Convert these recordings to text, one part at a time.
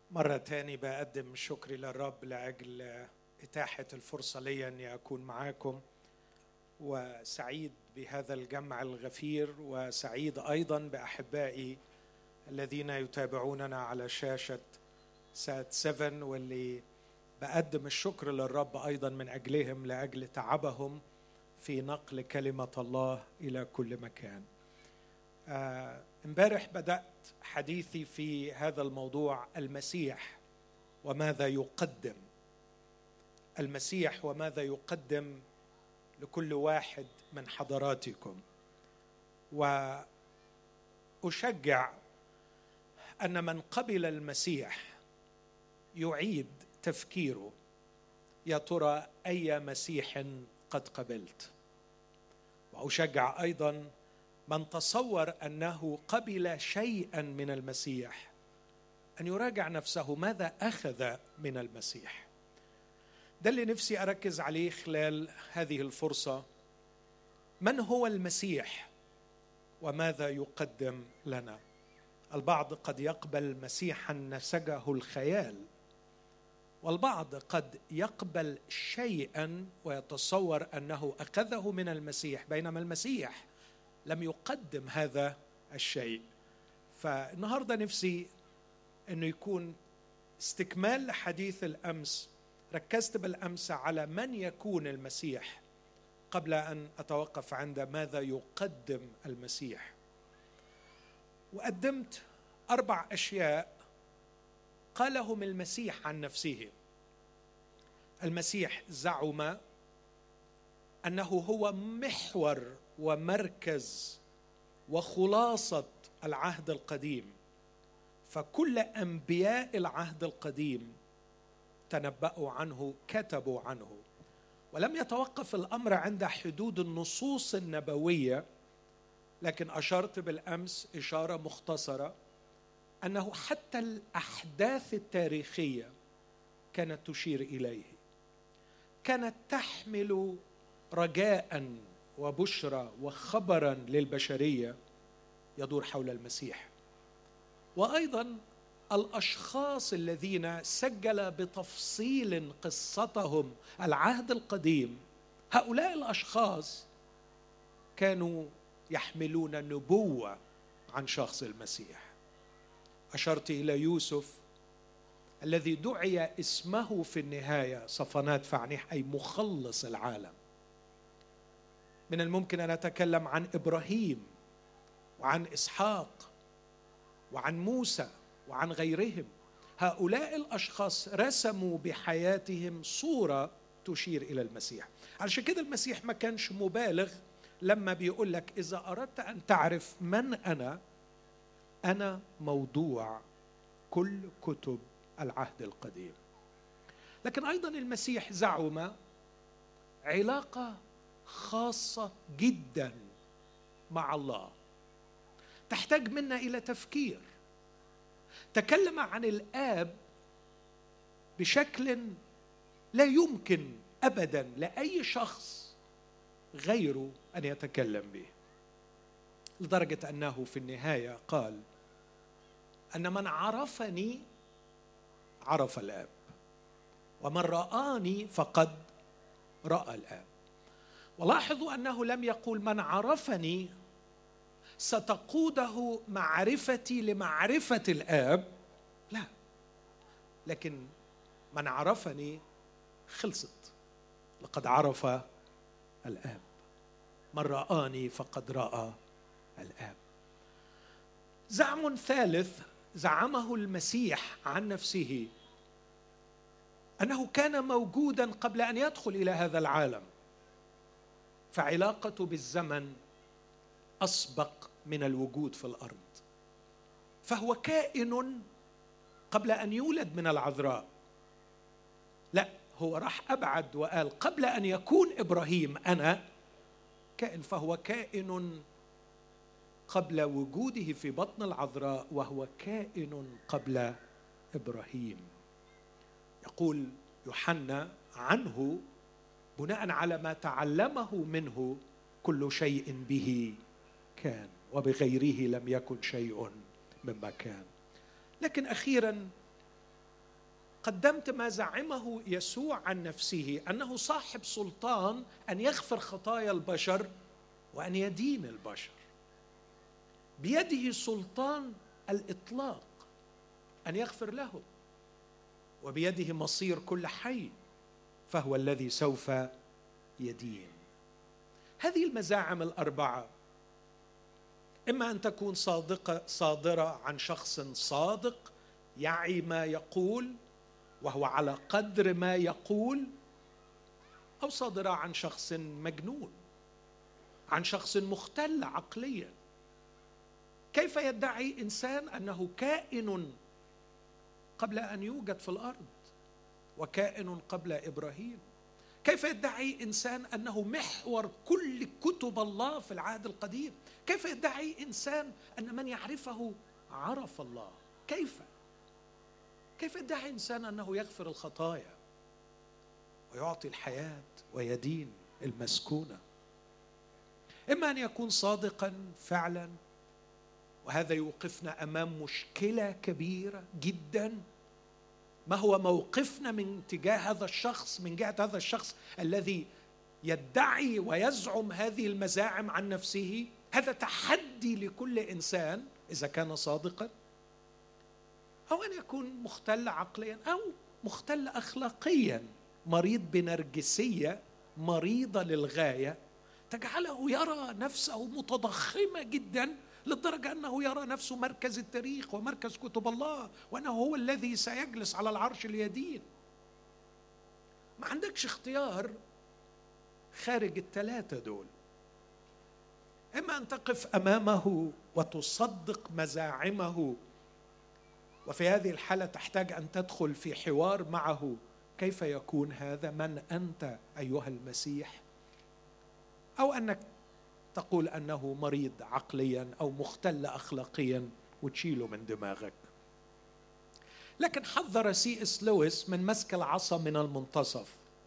مرة تاني بقدم شكري للرب لأجل إتاحة الفرصة لي أني أكون معاكم، وسعيد بهذا الجمع الغفير، وسعيد أيضا بأحبائي الذين يتابعوننا على شاشة سات 7، واللي بقدم الشكر للرب أيضا من أجلهم لأجل تعبهم في نقل كلمة الله إلى كل مكان. امبارح بدأت حديثي في هذا الموضوع، المسيح وماذا يقدم. المسيح وماذا يقدم لكل واحد من حضراتكم. وأشجع أن من قبل المسيح يعيد تفكيره، يا ترى أي مسيح قد قبلت؟ وأشجع أيضا من تصور أنه قبل شيئا من المسيح أن يراجع نفسه، ماذا أخذ من المسيح؟ ده اللي نفسي أركز عليه خلال هذه الفرصة. من هو المسيح وماذا يقدم لنا؟ البعض قد يقبل مسيحا نسجه الخيال، والبعض قد يقبل شيئا ويتصور أنه أخذه من المسيح، بينما المسيح لم يقدم هذا الشيء. فالنهاردة نفسي أنه يكون استكمال لحديث الأمس. ركزت بالأمس على من يكون المسيح قبل أن أتوقف عند ماذا يقدم المسيح، وقدمت 4 أشياء قالهم المسيح عن نفسه. المسيح زعم أنه هو محور ومركز وخلاصة العهد القديم، فكل أنبياء العهد القديم تنبأوا عنه، كتبوا عنه. ولم يتوقف الأمر عند حدود النصوص النبوية، لكن أشرت بالأمس إشارة مختصرة أنه حتى الأحداث التاريخية كانت تشير إليه، كانت تحمل رجاء وبشرى وخبرا للبشرية يدور حول المسيح. وأيضا الأشخاص الذين سجل بتفصيل قصتهم العهد القديم، هؤلاء الأشخاص كانوا يحملون نبوة عن شخص المسيح. أشرت إلى يوسف الذي دعي اسمه في النهاية صفنات فعنيح، أي مخلص العالم. من الممكن أن أتكلم عن إبراهيم وعن إسحاق وعن موسى وعن غيرهم. هؤلاء الأشخاص رسموا بحياتهم صورة تشير إلى المسيح. علشان كده المسيح ما كانش مبالغ لما بيقول لك إذا أردت أن تعرف من أنا موضوع كل كتب العهد القديم. لكن أيضا المسيح زعم علاقة خاصة جدا مع الله تحتاج منا إلى تفكير. تكلم عن الآب بشكل لا يمكن أبدا لأي شخص غيره أن يتكلم به، لدرجة أنه في النهاية قال أن من عرفني عرف الآب، ومن رآني فقد رأى الآب. ولاحظوا أنه لم يقول من عرفني ستقوده معرفتي لمعرفة الآب، لا، لكن من عرفني خلصت، لقد عرف الآب. من رآني فقد رأى الآب. زعم ثالث زعمه المسيح عن نفسه أنه كان موجودا قبل أن يدخل إلى هذا العالم، فعلاقته بالزمن أسبق من الوجود في الأرض، فهو كائن قبل أن يولد من العذراء. لا، هو راح أبعد وقال قبل أن يكون إبراهيم أنا كائن، فهو كائن قبل وجوده في بطن العذراء، وهو كائن قبل إبراهيم. يقول يوحنا عنه بناء على ما تعلمه منه كل شيء به كان وبغيره لم يكن شيء مما كان. لكن أخيرا قدمت ما زعمه يسوع عن نفسه أنه صاحب سلطان أن يغفر خطايا البشر وأن يدين البشر. بيده سلطان الإطلاق أن يغفر له، وبيده مصير كل حي، فهو الذي سوف يدين. هذه المزاعم الأربعة إما أن تكون صادرة عن شخص صادق يعي ما يقول وهو على قدر ما يقول، أو صادرة عن شخص مجنون، عن شخص مختل عقليا. كيف يدعي إنسان أنه كائن قبل أن يوجد في الأرض وكائن قبل إبراهيم؟ كيف يدعي إنسان أنه محور كل كتب الله في العهد القديم؟ كيف يدعي إنسان أن من يعرفه عرف الله؟ كيف يدعي إنسان أنه يغفر الخطايا ويعطي الحياة ويدين المسكونة؟ إما أن يكون صادقا فعلا، وهذا يوقفنا أمام مشكلة كبيرة جدا. ما هو موقفنا من تجاه هذا الشخص، من جهة هذا الشخص الذي يدعي ويزعم هذه المزاعم عن نفسه؟ هذا تحدي لكل إنسان إذا كان صادقا. أو أن يكون مختل عقليا أو مختل أخلاقيا، مريض بنرجسية مريضة للغاية تجعله يرى نفسه متضخمة جدا للدرجة أنه يرى نفسه مركز التاريخ ومركز كتب الله، وأنه هو الذي سيجلس على العرش ليدين. ما عندكش اختيار خارج الثلاثة دول. إما أن تقف أمامه وتصدق مزاعمه، وفي هذه الحالة تحتاج أن تدخل في حوار معه. كيف يكون هذا؟ من أنت أيها المسيح؟ أو أنك تقول أنه مريض عقليا أو مختل أخلاقيا وتشيله من دماغك. لكن حذر C.S. لويس من مسك العصا من المنتصف،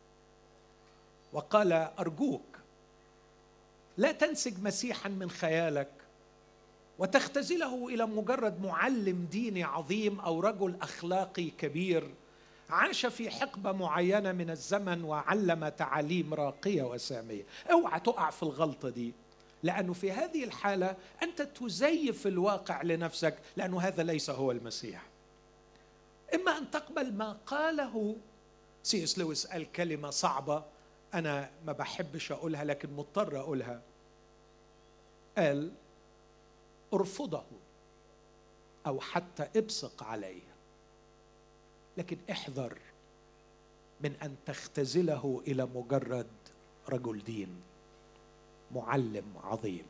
وقال: أرجوك لا تنسج مسيحا من خيالك وتختزله إلى مجرد معلم ديني عظيم أو رجل أخلاقي كبير عاش في حقبة معينة من الزمن وعلم تعاليم راقية وسامية. اوعى تقع في الغلطة دي، لأنه في هذه الحالة أنت تزيف الواقع لنفسك، لأنه هذا ليس هو المسيح. إما أن تقبل ما قاله C.S. لويس. قال كلمة صعبة أنا ما بحبش أقولها لكن مضطر أقولها. قال: ارفضه أو حتى ابصق عليه، لكن احذر من أن تختزله إلى مجرد رجل دين معلم عظيم.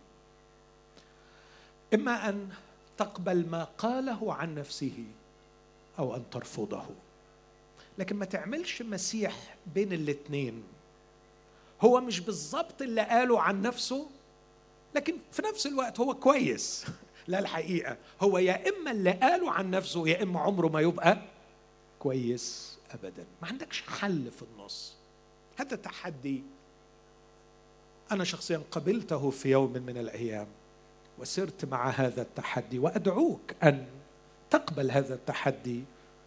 إما أن تقبل ما قاله عن نفسه أو أن ترفضه، لكن ما تعملش مسيح بين الاثنين. هو مش بالضبط اللي قاله عن نفسه، لكن في نفس الوقت هو كويس. لا، الحقيقة هو يا إما اللي قاله عن نفسه يا إما عمره ما يبقى كويس أبدا. ما عندكش حل في النص. هذا تحدي أنا شخصيا قبلته في يوم من الأيام وسرت مع هذا التحدي، وأدعوك أن تقبل هذا التحدي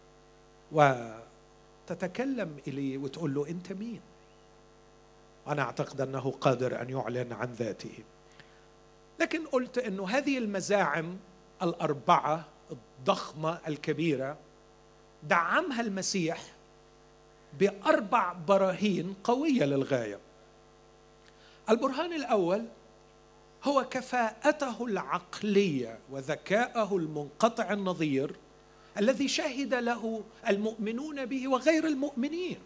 وتتكلم إليه وتقول له: أنت مين؟ أنا أعتقد أنه قادر أن يعلن عن ذاته. لكن قلت أنه هذه المزاعم الأربعة الضخمة الكبيرة دعمها المسيح بأربع براهين قوية للغاية. البرهان الأول هو كفاءته العقلية وذكاءه المنقطع النظير الذي شهد له المؤمنون به وغير المؤمنين.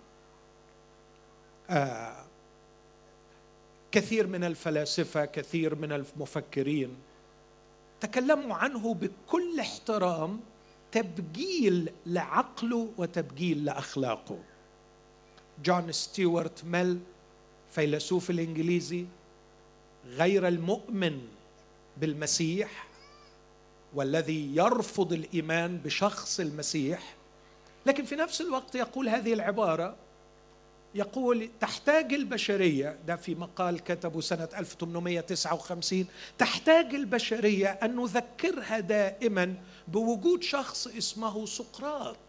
كثير من الفلاسفة، كثير من المفكرين تكلموا عنه بكل احترام، تبجيل لعقله وتبجيل لأخلاقه. جون ستيوارت ميل فيلسوف الإنجليزي غير المؤمن بالمسيح والذي يرفض الإيمان بشخص المسيح، لكن في نفس الوقت يقول هذه العبارة، يقول: تحتاج البشرية، ده في مقال كتبه سنة 1859، تحتاج البشرية أن نذكرها دائما بوجود شخص اسمه سقراط،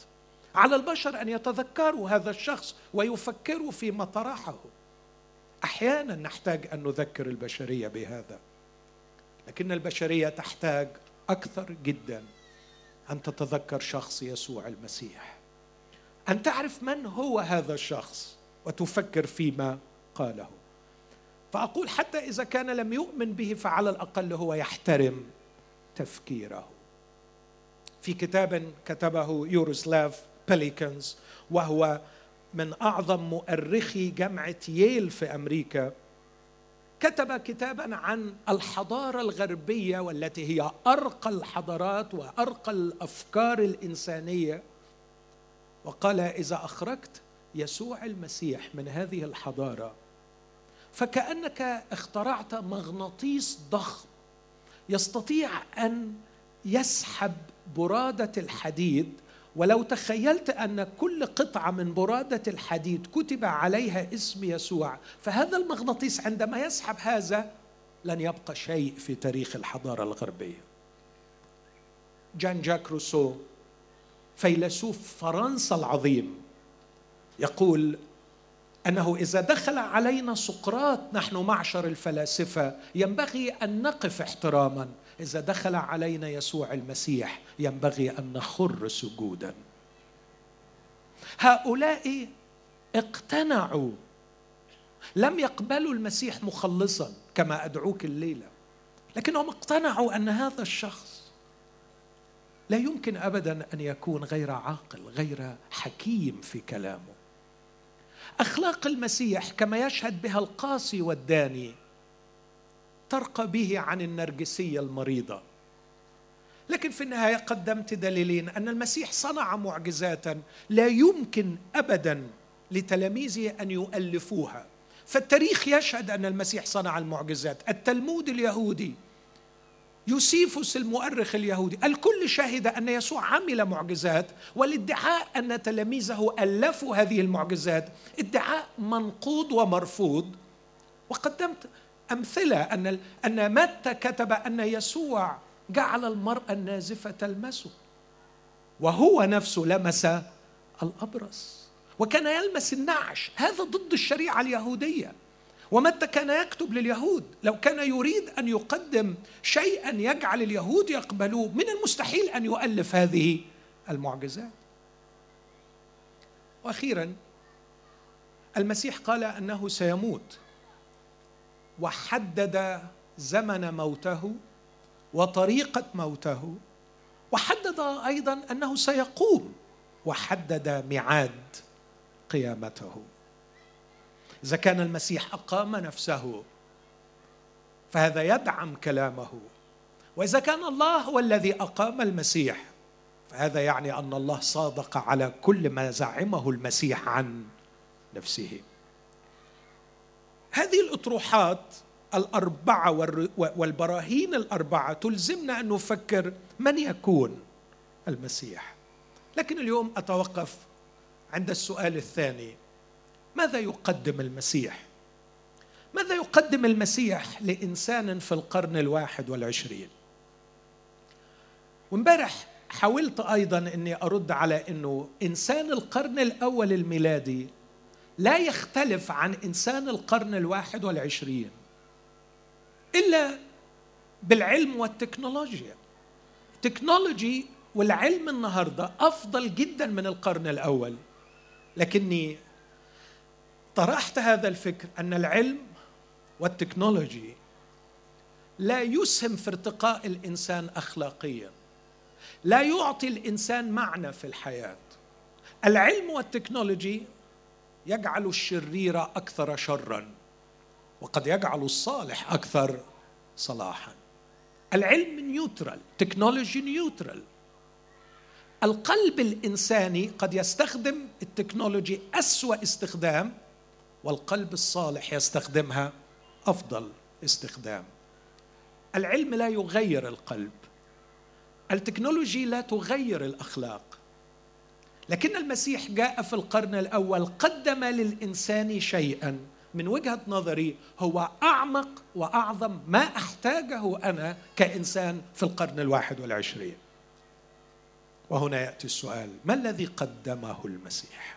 على البشر أن يتذكروا هذا الشخص ويفكروا فيما طرحه. أحيانا نحتاج أن نذكر البشرية بهذا، لكن البشرية تحتاج أكثر جدا أن تتذكر شخص يسوع المسيح، أن تعرف من هو هذا الشخص وتفكر فيما قاله. فأقول حتى إذا كان لم يؤمن به فعلى الأقل هو يحترم تفكيره. في كتاب كتبه يوروسلاف بيليكنز، وهو من أعظم مؤرخي جامعة ييل في أمريكا، كتب كتابا عن الحضارة الغربية والتي هي أرقى الحضارات وأرقى الأفكار الإنسانية، وقال: إذا أخرجت يسوع المسيح من هذه الحضارة فكأنك اخترعت مغناطيس ضخم يستطيع أن يسحب برادة الحديد، ولو تخيلت أن كل قطعة من برادة الحديد كتب عليها اسم يسوع، فهذا المغناطيس عندما يسحب هذا لن يبقى شيء في تاريخ الحضارة الغربية. جان جاك روسو فيلسوف فرنسا العظيم يقول أنه إذا دخل علينا سقراط نحن معشر الفلاسفة ينبغي أن نقف احتراما، إذا دخل علينا يسوع المسيح ينبغي أن نخر سجودا. هؤلاء اقتنعوا، لم يقبلوا المسيح مخلصا كما أدعوك الليلة، لكنهم اقتنعوا أن هذا الشخص لا يمكن أبدا أن يكون غير عاقل، غير حكيم في كلامه. أخلاق المسيح كما يشهد بها القاسي والداني ترقى به عن النرجسية المريضة، لكن في النهاية قدمت دليلين أن المسيح صنع معجزات لا يمكن أبدا لتلاميذه أن يؤلفوها. فالتاريخ يشهد أن المسيح صنع المعجزات، التلمود اليهودي، يوسيفوس المؤرخ اليهودي، الكل شهد أن يسوع عمل معجزات، والادعاء أن تلاميذه ألفوا هذه المعجزات ادعاء منقوض ومرفوض. وقدمت أمثلة أن متى كتب أن يسوع جعل المرأة النازفة تلمسه وهو نفسه لمس الأبرص وكان يلمس النعش، هذا ضد الشريعة اليهودية. ومتى كان يكتب لليهود لو كان يريد أن يقدم شيئا يجعل اليهود يقبلوه من المستحيل أن يؤلف هذه المعجزات. وأخيرا المسيح قال أنه سيموت، وحدد زمن موته وطريقة موته، وحدد أيضا أنه سيقوم، وحدد ميعاد قيامته. إذا كان المسيح أقام نفسه فهذا يدعم كلامه، وإذا كان الله هو الذي أقام المسيح فهذا يعني أن الله صادق على كل ما زعمه المسيح عن نفسه. هذه الأطروحات الأربعة والبراهين الأربعة تلزمنا أن نفكر من يكون المسيح. لكن اليوم أتوقف عند السؤال الثاني: ماذا يقدم المسيح؟ ماذا يقدم المسيح لإنسان في القرن 21؟ وامبارح حاولت أيضا أني أرد على أنه إنسان القرن الأول الميلادي لا يختلف عن إنسان القرن 21 إلا بالعلم والتكنولوجيا. التكنولوجي والعلم النهاردة أفضل جدا من القرن الأول، لكني طرحت هذا الفكر أن العلم والتكنولوجي لا يسهم في ارتقاء الإنسان أخلاقيا، لا يعطي الإنسان معنى في الحياة. العلم والتكنولوجي يجعل الشرير أكثر شرا وقد يجعل الصالح أكثر صلاحا. العلم نيوترال، تكنولوجي نيوترال. القلب الإنساني قد يستخدم التكنولوجي أسوأ استخدام، والقلب الصالح يستخدمها أفضل استخدام. العلم لا يغير القلب، التكنولوجي لا تغير الأخلاق، لكن المسيح جاء في القرن الأول قدم للإنسان شيئا من وجهة نظري هو أعمق وأعظم ما أحتاجه أنا كإنسان في القرن 21. وهنا يأتي السؤال: ما الذي قدمه المسيح؟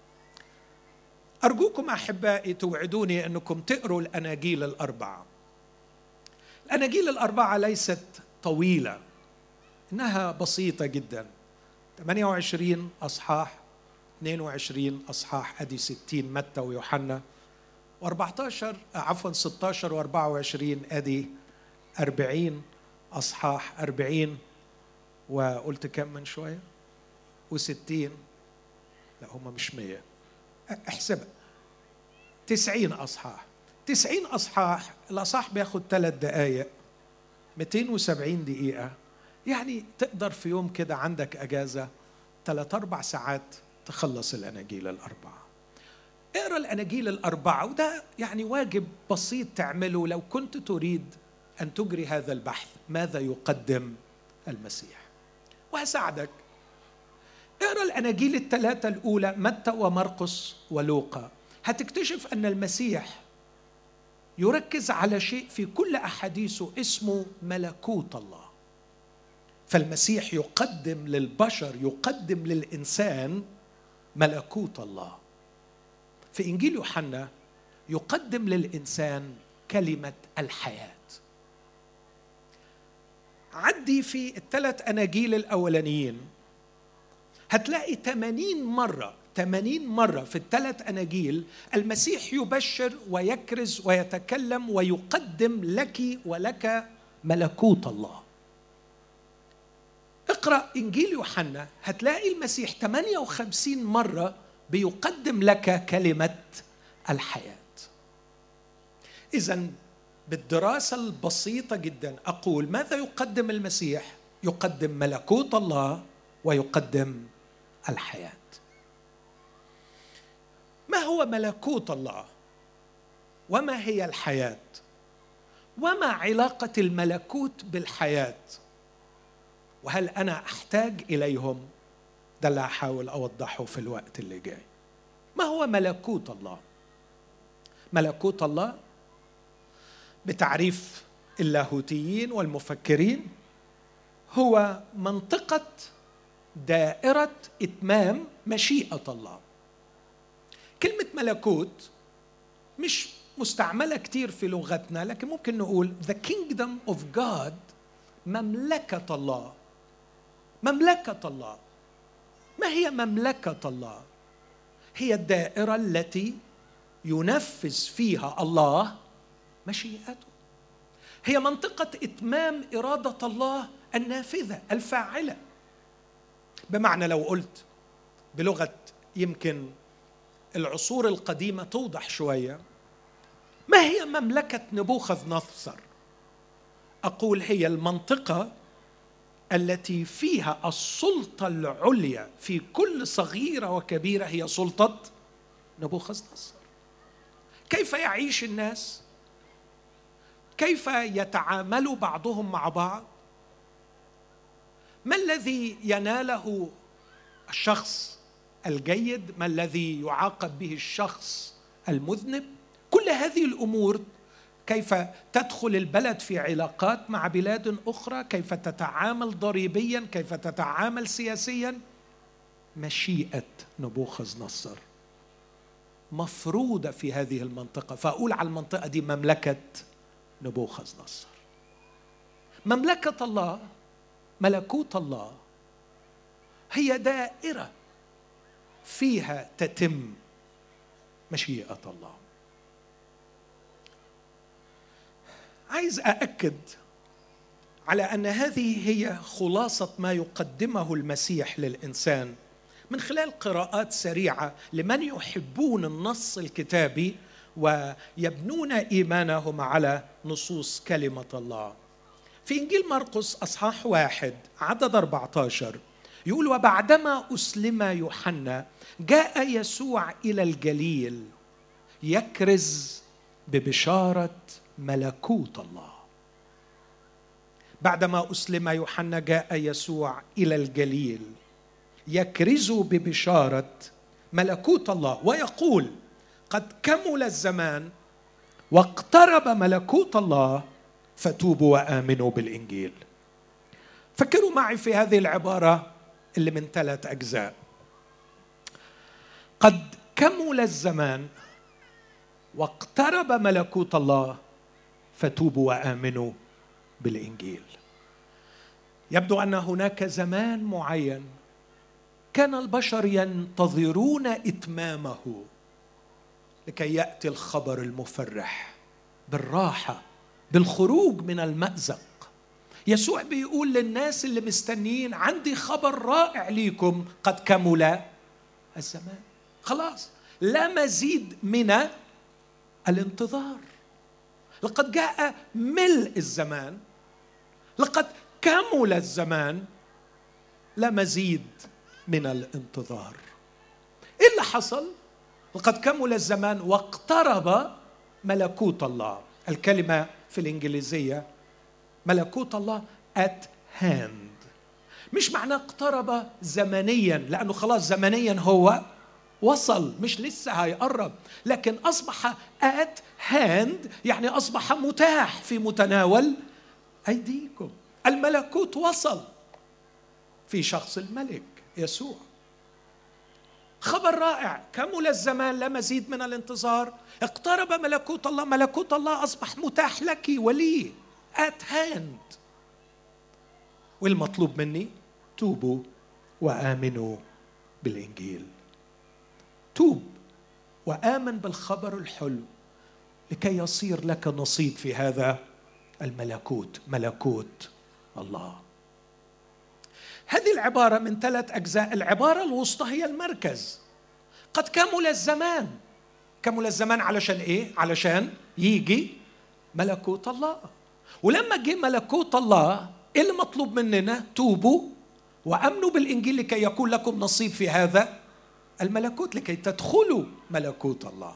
أرجوكم أحبائي توعدوني أنكم تقروا الأناجيل الأربعة. الأناجيل الأربعة ليست طويلة، إنها بسيطة جدا، 28 أصحاح، 22 أصحاح، أدي 60 متى ويوحنا، و 16 و24 أدي 40 أصحاح، 40 وقلت كم من شوية؟ و60، لا هم مش 100، احسبها، 90 أصحاح. 90 أصحاح، الأصحاح بياخد 3 دقايق، 270 دقيقة. يعني تقدر في يوم كده عندك أجازة 3-4 ساعات تخلص الأناجيل الأربعة. اقرأ الأناجيل الأربعة، وده يعني واجب بسيط تعمله لو كنت تريد أن تجري هذا البحث: ماذا يقدم المسيح؟ وهساعدك. اقرأ الأناجيل الثلاثة الأولى، متى ومرقس ولوقا، هتكتشف أن المسيح يركز على شيء في كل أحاديثه اسمه ملكوت الله. فالمسيح يقدم للبشر، يقدم للإنسان ملكوت الله. في إنجيل يوحنا يقدم للإنسان كلمة الحياة. عدي في الثلاث أناجيل الأولانيين هتلاقي 80 مرة في الثلاث أناجيل المسيح يبشر ويكرز ويتكلم ويقدم لك ولك ملكوت الله. اقرأ إنجيل يوحنا هتلاقي المسيح 58 مرة بيقدم لك كلمة الحياة. إذن بالدراسة البسيطة جدا أقول: ماذا يقدم المسيح؟ يقدم ملكوت الله ويقدم الحياة. ما هو ملكوت الله؟ وما هي الحياة؟ وما علاقة الملكوت بالحياة؟ وهل أنا أحتاج إليهم؟ ده اللي هحاول أوضحه في الوقت اللي جاي. ما هو ملكوت الله؟ ملكوت الله بتعريف اللاهوتيين والمفكرين هو منطقة دائرة إتمام مشيئة الله. كلمة ملكوت مش مستعملة كتير في لغتنا، لكن ممكن نقول the kingdom of God، مملكة الله. مملكة الله. ما هي مملكة الله؟ هي الدائرة التي ينفذ فيها الله مشيئته. هي منطقة إتمام إرادة الله النافذة الفاعلة. بمعنى لو قلت بلغة يمكن العصور القديمة توضح شوية: ما هي مملكة نبوخذ نصر؟ أقول هي المنطقة التي فيها السلطة العليا في كل صغيرة وكبيرة، هي سلطة نبوخذ نصر. كيف يعيش الناس؟ كيف يتعامل بعضهم مع بعض؟ ما الذي يناله الشخص الجيد؟ ما الذي يعاقب به الشخص المذنب؟ كل هذه الأمور، كيف تدخل البلد في علاقات مع بلاد أخرى، كيف تتعامل ضريبيا، كيف تتعامل سياسيا، مشيئة نبوخذ نصر مفروضة في هذه المنطقة. فأقول على المنطقة دي مملكة نبوخذ نصر. مملكة الله، ملكوت الله، هي دائرة فيها تتم مشيئة الله. عايز أأكد على أن هذه هي خلاصة ما يقدمه المسيح للإنسان من خلال قراءات سريعة لمن يحبون النص الكتابي ويبنون إيمانهم على نصوص كلمة الله. في إنجيل مرقس أصحاح 1 عدد 14 يقول: وبعدما أسلم يوحنا جاء يسوع إلى الجليل يكرز ببشارة ملكوت الله. بعدما أسلم يوحنا جاء يسوع إلى الجليل يكرز ببشارة ملكوت الله ويقول: قد كمل الزمان واقترب ملكوت الله، فتوبوا وآمنوا بالإنجيل. فكروا معي في هذه العبارة اللي من 3 أجزاء. قد كمل الزمان واقترب ملكوت الله فتوبوا وآمنوا بالإنجيل. يبدو أن هناك زمان معين كان البشر ينتظرون إتمامه لكي يأتي الخبر المفرح بالراحة، بالخروج من المأزق. يسوع بيقول للناس اللي مستنيين: عندي خبر رائع ليكم، قد كمل الزمان. خلاص، لا مزيد من الانتظار. لقد جاء ملء الزمان، لقد كمل الزمان، لا مزيد من الانتظار. إيه اللي حصل؟ لقد كمل الزمان واقترب ملكوت الله. الكلمة في الإنجليزية ملكوت الله at hand. مش معناه اقترب زمنيا، لأنه خلاص زمنيا هو وصل، مش لسه هيقرب، لكن أصبح at hand، يعني أصبح متاح في متناول أيديكم. الملكوت وصل في شخص الملك يسوع. خبر رائع، كمل الزمان، لا مزيد من الانتظار، اقترب ملكوت الله. ملكوت الله أصبح متاح لك ولي at hand. والمطلوب مني: توبوا وآمنوا بالإنجيل. توب وآمن بالخبر الحلو لكي يصير لك نصيب في هذا الملكوت، ملكوت الله. هذه العبارة من 3 أجزاء. العبارة الوسطى هي المركز. قد كمل الزمان. كمل الزمان علشان إيه؟ علشان يجي ملكوت الله. ولما جه ملكوت الله، إيه اللي مطلوب مننا؟ توبوا وأمنوا بالإنجيل لكي يكون لكم نصيب في هذا الملكوت، لكي تدخلوا ملكوت الله.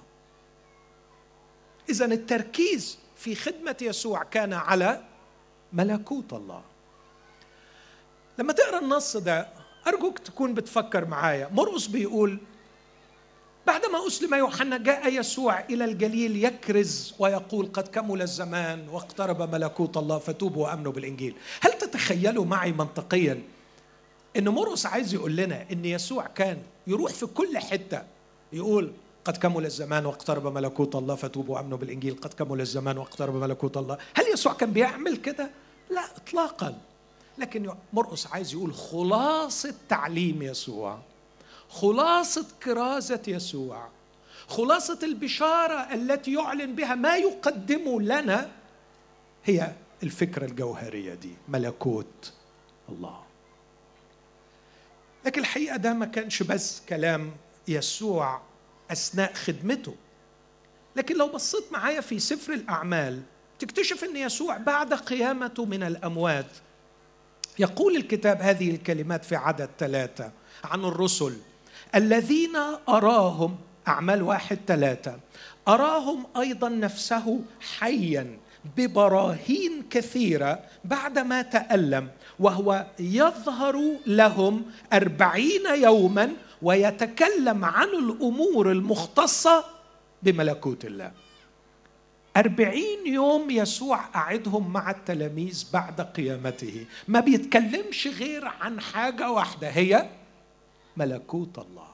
إذن التركيز في خدمة يسوع كان على ملكوت الله. لما تقرأ النص ده أرجوك تكون بتفكر معايا. مرقس بيقول: بعدما أسلم يوحنا جاء يسوع إلى الجليل يكرز ويقول: قد كمل الزمان واقترب ملكوت الله فتوبوا وأمنوا بالإنجيل. هل تتخيلوا معي منطقيا إن مرقس عايز يقول لنا إن يسوع كان يروح في كل حتة يقول: قد كمل الزمان واقترب ملكوت الله فتوبوا وأمنوا بالإنجيل، قد كمل الزمان واقترب ملكوت الله؟ هل يسوع كان بيعمل كده؟ لا إطلاقا. لكن مرقس عايز يقول خلاصة تعليم يسوع، خلاصة كرازة يسوع، خلاصة البشارة التي يعلن بها ما يقدمه لنا، هي الفكرة الجوهرية دي، ملكوت الله. لكن الحقيقة ده ما كانش بس كلام يسوع أثناء خدمته. لكن لو بصيت معايا في سفر الأعمال تكتشف أن يسوع بعد قيامته من الأموات يقول الكتاب هذه الكلمات في عدد 3 عن الرسل الذين أراهم، أعمال 1:3، أراهم أيضا نفسه حيا ببراهين كثيرة بعدما تألم، وهو يظهر لهم 40 يوما ويتكلم عن الأمور المختصة بملكوت الله. 40 يوم يسوع قعدهم مع التلاميذ بعد قيامته، ما بيتكلمش غير عن حاجة واحدة، هي ملكوت الله.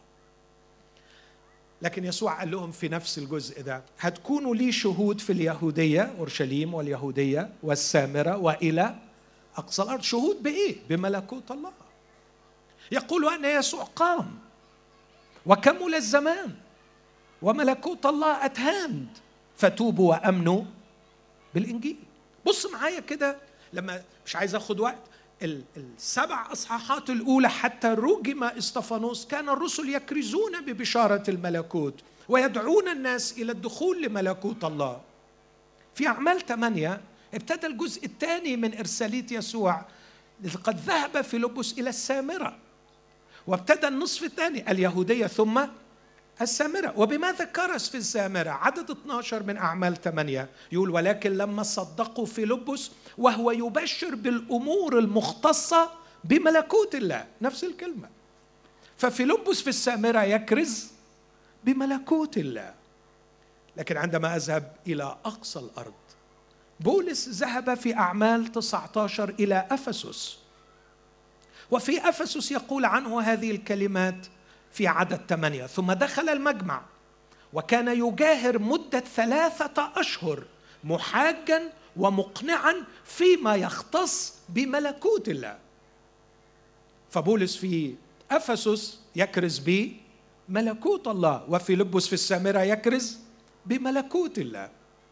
لكن يسوع قال لهم في نفس الجزء ده: هتكونوا لي شهود في اليهودية، أورشليم واليهودية والسامرة وإلى أقصى الأرض. شهود بإيه؟ بملكوت الله. يقول أن يسوع قام وكمل الزمان وملكوت الله أتهاند فتوبوا وأمنوا بالإنجيل. بص معايا كده، لما مش عايز أخد وقت، 7 أصحاحات الأولى حتى رجم اسطفانوس كان الرسل يكرزون ببشارة الملكوت ويدعون الناس إلى الدخول لملكوت الله. في أعمال 8 ابتدى الجزء الثاني من إرسالية يسوع، قد ذهب فيلبس إلى السامرة، وابتدى النصف الثاني اليهودية ثم السامرة. وبماذا كرز في السامرة؟ عدد 12 من أعمال 8 يقول: ولكن لما صدقوا فيلبس وهو يبشر بالأمور المختصة بملكوت الله، نفس الكلمة. ففيلبس في السامرة يكرز بملكوت الله. لكن عندما أذهب إلى أقصى الأرض، بولس ذهب في أعمال 19 إلى أفسس، وفي أفسس يقول عنه هذه الكلمات في عدد 8: ثم دخل المجمع وكان يجاهر مدة 3 أشهر محاجا ومقنعا فيما يختص بملكوت الله. فبولس في أفسس يكرز بملكوت الله، وفي لبس في السامرة يكرز بملكوت الله.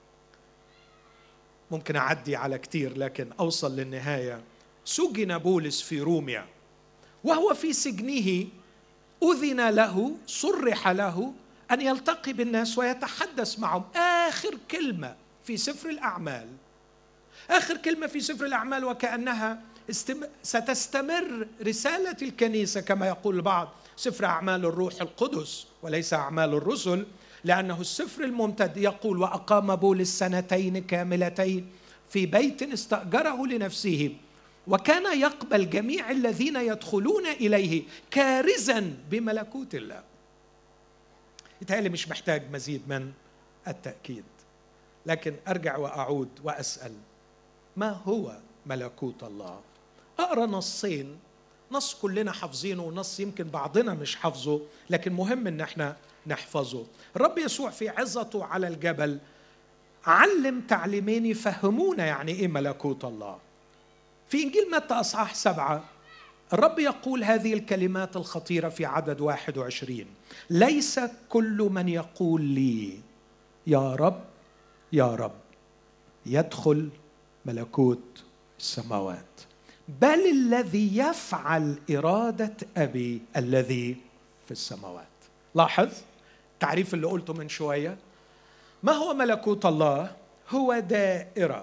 ممكن أعدي على كتير لكن أوصل للنهاية. سجن بولس في روميا، وهو في سجنه أذن له، صرح له أن يلتقي بالناس ويتحدث معهم. آخر كلمة في سفر الأعمال، آخر كلمة في سفر الأعمال، وكأنها ستستمر رسالة الكنيسة كما يقول البعض سفر أعمال الروح القدس وليس أعمال الرسل، لأنه السفر الممتد يقول: وأقام بولس 2 كاملتين في بيت استأجره لنفسه، وكان يقبل جميع الذين يدخلون إليه كارزا بملكوت الله. يتهيألي مش محتاج مزيد من التأكيد، لكن أرجع وأعود وأسأل: ما هو ملكوت الله؟ أقرأ نصين، نص كلنا حافظينه ونص يمكن بعضنا مش حافظه، لكن مهم إن احنا نحفظه. الرب يسوع في عظته على الجبل علم تعليمين يفهمونا يعني إيه ملكوت الله. في إنجيل متى أصحاح 7 الرب يقول هذه الكلمات الخطيرة في عدد 21: ليس كل من يقول لي يا رب يا رب يدخل ملكوت السماوات، بل الذي يفعل إرادة أبي الذي في السماوات. لاحظ التعريف اللي قلته من شوية. ما هو ملكوت الله؟ هو دائرة،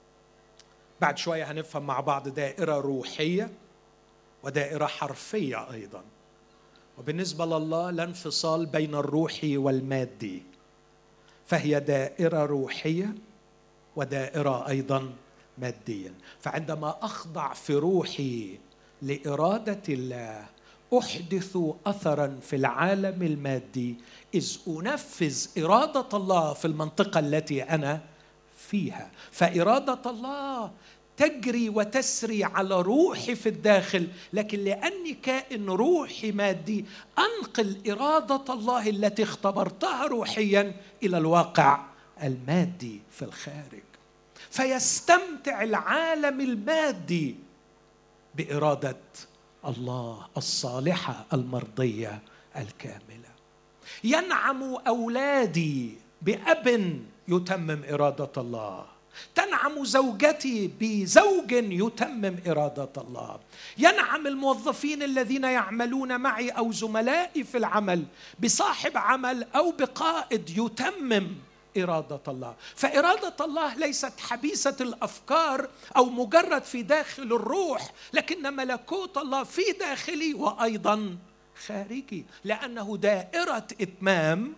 بعد شوية هنفهم مع بعض، دائرة روحية ودائرة حرفية أيضا. وبالنسبة لله لا انفصال بين الروحي والمادي، فهي دائرة روحية ودائرة أيضا ماديا. فعندما أخضع في روحي لإرادة الله أحدث أثرا في العالم المادي، إذ أنفذ إرادة الله في المنطقة التي أنا فيها. فإرادة الله تجري وتسري على روحي في الداخل، لكن لأني كائن روحي مادي أنقل إرادة الله التي اختبرتها روحيا إلى الواقع المادي في الخارج. فيستمتع العالم المادي بإرادة الله الصالحة المرضية الكاملة. ينعم أولادي بأب يتمم إرادة الله، تنعم زوجتي بزوج يتمم إرادة الله، ينعم الموظفين الذين يعملون معي أو زملائي في العمل بصاحب عمل أو بقائد يتمم إرادة الله. فإرادة الله ليست حبيسة الأفكار أو مجرد في داخل الروح، لكن ملكوت الله في داخلي وأيضا خارجي، لأنه دائرة إتمام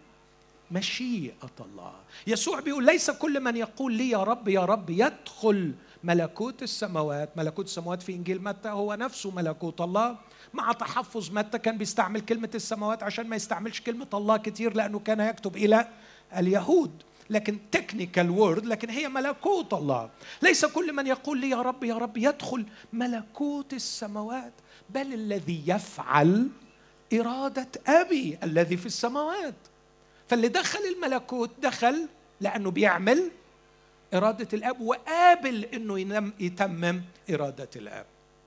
مشيئة الله. يسوع بيقول: ليس كل من يقول لي يا رب يا رب يدخل ملكوت السماوات. ملكوت السماوات في إنجيل متى هو نفسه ملكوت الله، مع تحفظ متى كان بيستعمل كلمة السماوات عشان ما يستعملش كلمة الله كتير، لأنه كان يكتب إلى اليهود، لكن تكنيكال وورد، لكن هي ملكوت الله. ليس كل من يقول لي يا رب يا رب يدخل ملكوت السماوات، بل الذي يفعل إرادة أبي الذي في السماوات. فاللي دخل الملكوت دخل لأنه بيعمل إرادة الأب، وقابل أنه يتمم إرادة الأب.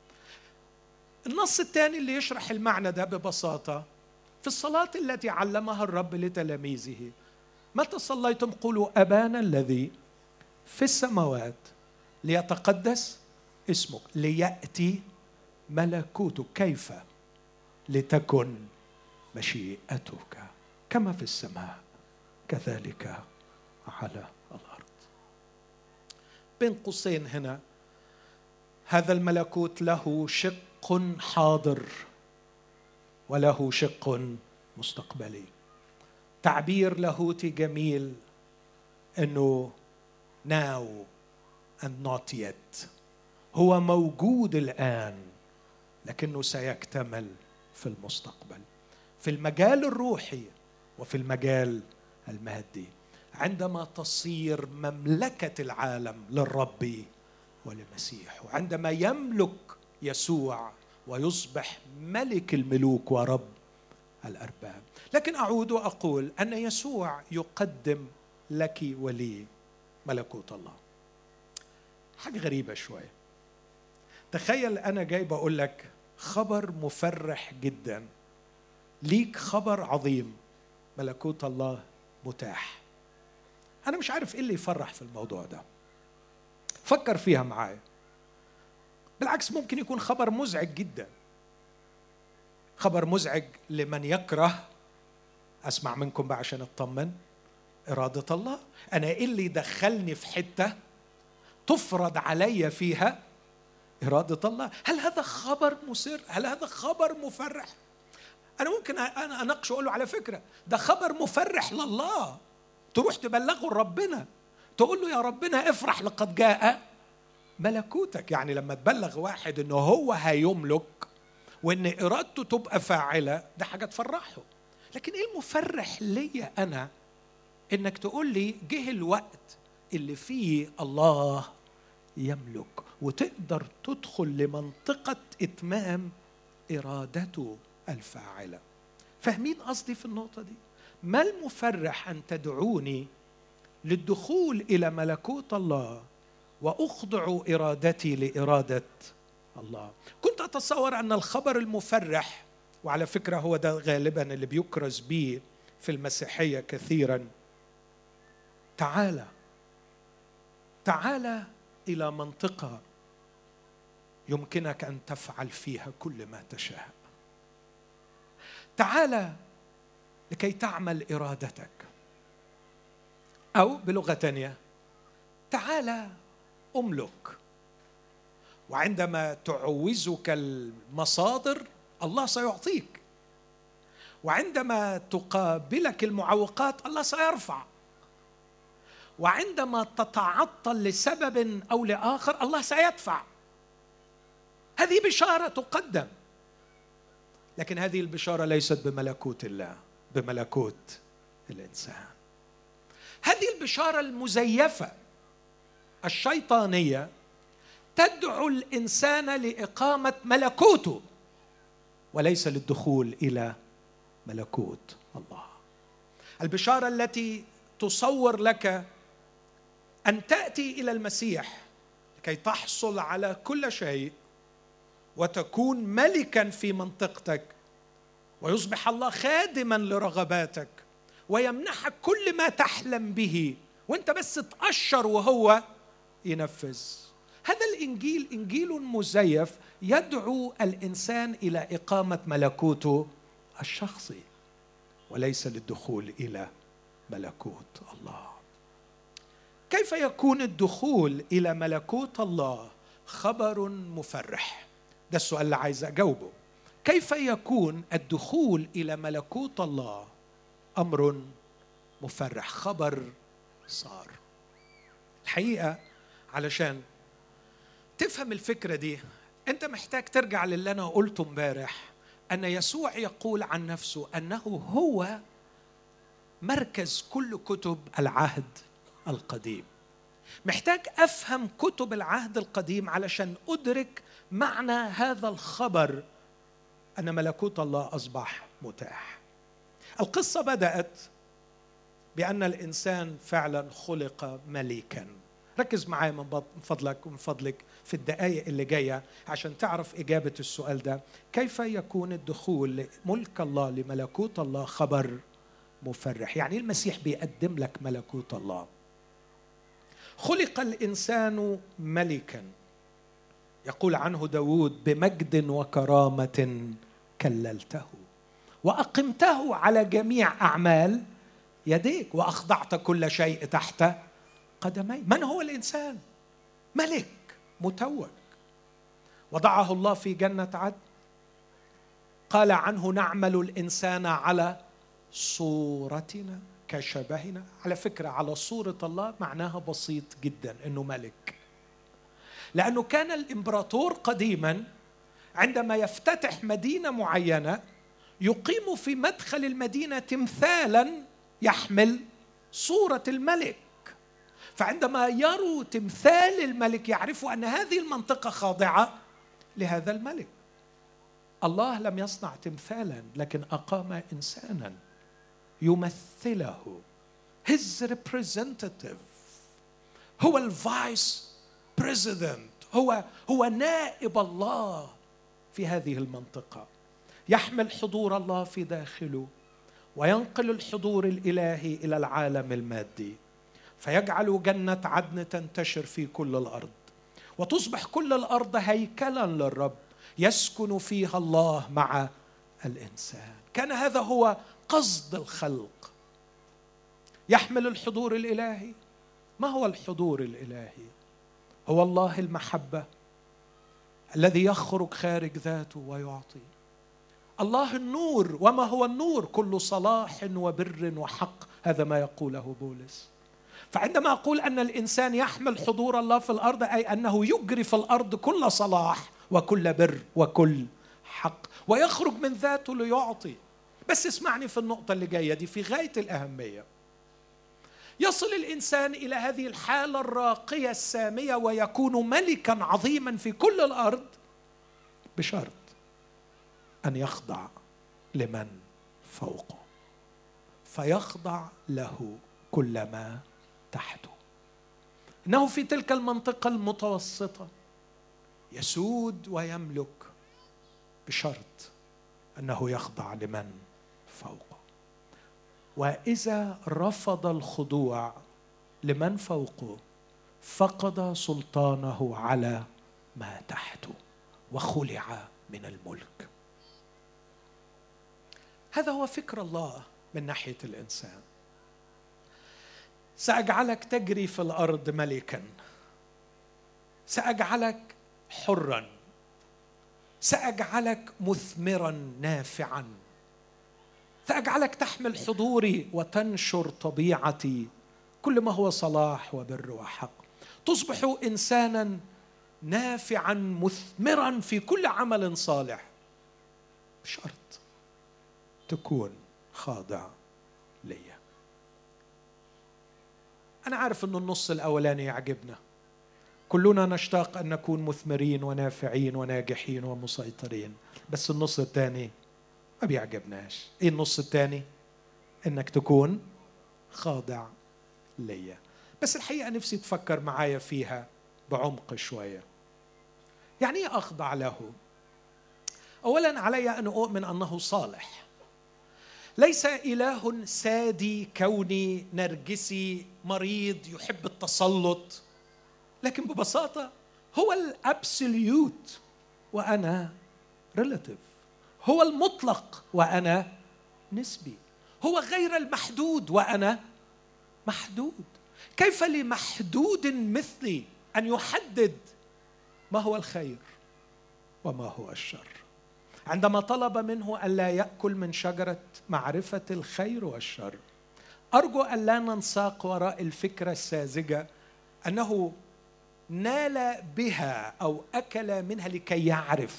النص الثاني اللي يشرح المعنى ده ببساطة في الصلاة التي علمها الرب لتلاميذه: متى صليتم قولوا أبانا الذي في السماوات ليتقدس اسمك ليأتي ملكوتك. كيف؟ لتكن مشيئتك كما في السماء كذلك على الأرض. بين قوسين هنا، هذا الملكوت له شق حاضر وله شق مستقبلي. تعبير لاهوتي جميل انه now and not yet، هو موجود الآن لكنه سيكتمل في المستقبل، في المجال الروحي وفي المجال المادي، عندما تصير مملكة العالم للرب ولمسيحه، عندما يملك يسوع ويصبح ملك الملوك ورب الأرباب. لكن أعود وأقول أن يسوع يقدم لك ولي ملكوت الله. حاجة غريبة شوية. تخيل أنا جاي بقول لك خبر مفرح جدا، ليك خبر عظيم، ملكوت الله متاح. أنا مش عارف إيه اللي يفرح في الموضوع ده. فكر فيها معايا. بالعكس ممكن يكون خبر مزعج جدا، خبر مزعج لمن يكره. أسمع منكم بقى عشان أطمن. إرادة الله، أنا إيه اللي دخلني في حتة تفرض علي فيها إرادة الله؟ هل هذا خبر مسر؟ هل هذا خبر مفرح؟ أنا ممكن أنا أناقشه وأقول له على فكرة ده خبر مفرح لله، تروح تبلغه لربنا، تقول له يا ربنا افرح لقد جاء ملكوتك. يعني لما تبلغ واحد إنه هو هيملك وإن إرادته تبقى فاعلة، ده حاجة تفرحه. لكن إيه المفرح ليا أنا إنك تقول لي جه الوقت اللي فيه الله يملك وتقدر تدخل لمنطقة إتمام إرادته الفاعلة. فاهمين قصدي في النقطة دي؟ ما المفرح أن تدعوني للدخول إلى ملكوت الله وأخضع إرادتي لإرادة الله؟ كنت أتصور أن الخبر المفرح، وعلى فكرة هو ده غالبا اللي بيكرز به في المسيحية كثيرا، تعال إلى منطقة يمكنك أن تفعل فيها كل ما تشاء. تعال لكي تعمل إرادتك، أو بلغة تانية تعال أملك. وعندما تعوزك المصادر الله سيعطيك، وعندما تقابلك المعوقات الله سيرفع، وعندما تتعطل لسبب أو لآخر الله سيدفع. هذه بشارة تقدم، لكن هذه البشارة ليست بملكوت الله، بملكوت الإنسان. هذه البشارة المزيفة الشيطانية تدعو الإنسان لإقامة ملكوته وليس للدخول إلى ملكوت الله. البشارة التي تصور لك أن تأتي إلى المسيح لكي تحصل على كل شيء وتكون ملكاً في منطقتك، ويصبح الله خادماً لرغباتك ويمنحك كل ما تحلم به وانت بس تأشر وهو ينفذ. هذا الإنجيل إنجيل مزيف يدعو الإنسان إلى إقامة ملكوته الشخصي وليس للدخول إلى ملكوت الله. كيف يكون الدخول إلى ملكوت الله خبر مفرح؟ ده السؤال اللي عايز أجاوبه. كيف يكون الدخول إلى ملكوت الله أمر مفرح، خبر صار؟ الحقيقة علشان تفهم الفكرة دي أنت محتاج ترجع للي أنا قلته امبارح، أن يسوع يقول عن نفسه أنه هو مركز كل كتب العهد القديم. محتاج أفهم كتب العهد القديم علشان أدرك معنى هذا الخبر أن ملكوت الله أصبح متاح. القصة بدأت بأن الإنسان فعلا خلق ملكا. ركز معايا من فضلك في الدقائق اللي جاية عشان تعرف إجابة السؤال ده. كيف يكون الدخول لملك الله لملكوت الله خبر مفرح؟ يعني المسيح بيقدم لك ملكوت الله. خلق الإنسان ملكا، يقول عنه داود: بمجد وكرامة كللته وأقمته على جميع أعمال يديك وأخضعت كل شيء تحت قدمي. من هو الإنسان؟ ملك متوج، وضعه الله في جنة عدن. قال عنه: نعمل الإنسان على صورتنا كشبهنا. على فكرة على صورة الله معناها بسيط جدا، إنه ملك. لأنه كان الإمبراطور قديما عندما يفتتح مدينة معينة يقيم في مدخل المدينة تمثالا يحمل صورة الملك، فعندما يروا تمثال الملك يعرفوا أن هذه المنطقة خاضعة لهذا الملك. الله لم يصنع تمثالا لكن أقام إنسانا يمثله. his representative هو الفايس بريزيدنت، هو نائب الله في هذه المنطقة، يحمل حضور الله في داخله وينقل الحضور الإلهي إلى العالم المادي، فيجعل جنة عدن تنتشر في كل الأرض، وتصبح كل الأرض هيكلا للرب يسكن فيها الله مع الإنسان. كان هذا هو قصد الخلق. يحمل الحضور الإلهي. ما هو الحضور الإلهي؟ هو الله المحبة الذي يخرج خارج ذاته ويعطي. الله النور، وما هو النور؟ كل صلاح وبر وحق، هذا ما يقوله بولس. فعندما أقول أن الإنسان يحمل حضور الله في الأرض، أي أنه يجري في الأرض كل صلاح وكل بر وكل حق، ويخرج من ذاته ليعطي. بس اسمعني في النقطة اللي جاية دي في غاية الأهمية. يصل الإنسان إلى هذه الحالة الراقية السامية ويكون ملكا عظيما في كل الأرض بشرط أن يخضع لمن فوقه، فيخضع له كل ما تحته. إنه في تلك المنطقة المتوسطة يسود ويملك بشرط أنه يخضع لمن فوقه. وإذا رفض الخضوع لمن فوقه فقد سلطانه على ما تحته وخلع من الملك. هذا هو فكر الله من ناحية الإنسان. سأجعلك تجري في الأرض ملكا، سأجعلك حرا، سأجعلك مثمرا نافعا، سأجعلك تحمل حضوري وتنشر طبيعتي، كل ما هو صلاح وبر وحق. تصبح إنسانا نافعا مثمرا في كل عمل صالح، بشرط تكون خاضع لي. أنا عارف أن النص الأولاني يعجبنا، كلنا نشتاق أن نكون مثمرين ونافعين وناجحين ومسيطرين، بس النص الثاني ما بيعجبناش. إيه النص الثاني؟ إنك تكون خاضع لي. بس الحقيقة نفسي تفكر معايا فيها بعمق شوية. يعني إيه أخضع له؟ أولا علي أن أؤمن أنه صالح، ليس إله سادي كوني نرجسي مريض يحب التسلط، لكن ببساطة هو الأبسوليوت وأنا ريلاتيف، هو المطلق وأنا نسبي، هو غير المحدود وأنا محدود. كيف لمحدود مثلي أن يحدد ما هو الخير وما هو الشر؟ عندما طلب منه ألا يأكل من شجرة معرفة الخير والشر، أرجو أن لا ننساق وراء الفكرة الساذجة أنه نال بها أو أكل منها لكي يعرف.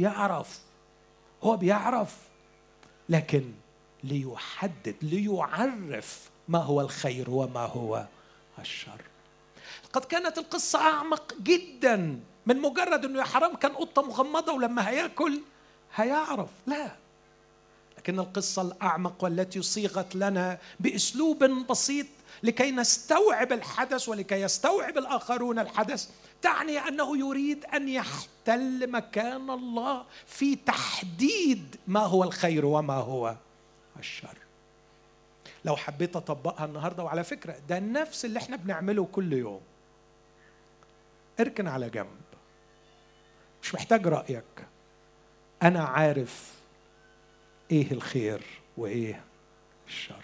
هو بيعرف لكن ليحدد، ليعرف ما هو الخير وما هو الشر. قد كانت القصة أعمق جدا من مجرد أنه يا حرام كان قطة مغمضة ولما هياكل هيعرف، لا، لكن القصة الأعمق والتي صيغت لنا بأسلوب بسيط لكي نستوعب الحدث ولكي يستوعب الآخرون الحدث، تعني أنه يريد أن يحتل مكان الله في تحديد ما هو الخير وما هو الشر. لو حبيت أطبقها النهاردة، وعلى فكرة ده نفس اللي احنا بنعمله كل يوم، اركن على جنب، مش محتاج رأيك، أنا عارف إيه الخير وإيه الشر،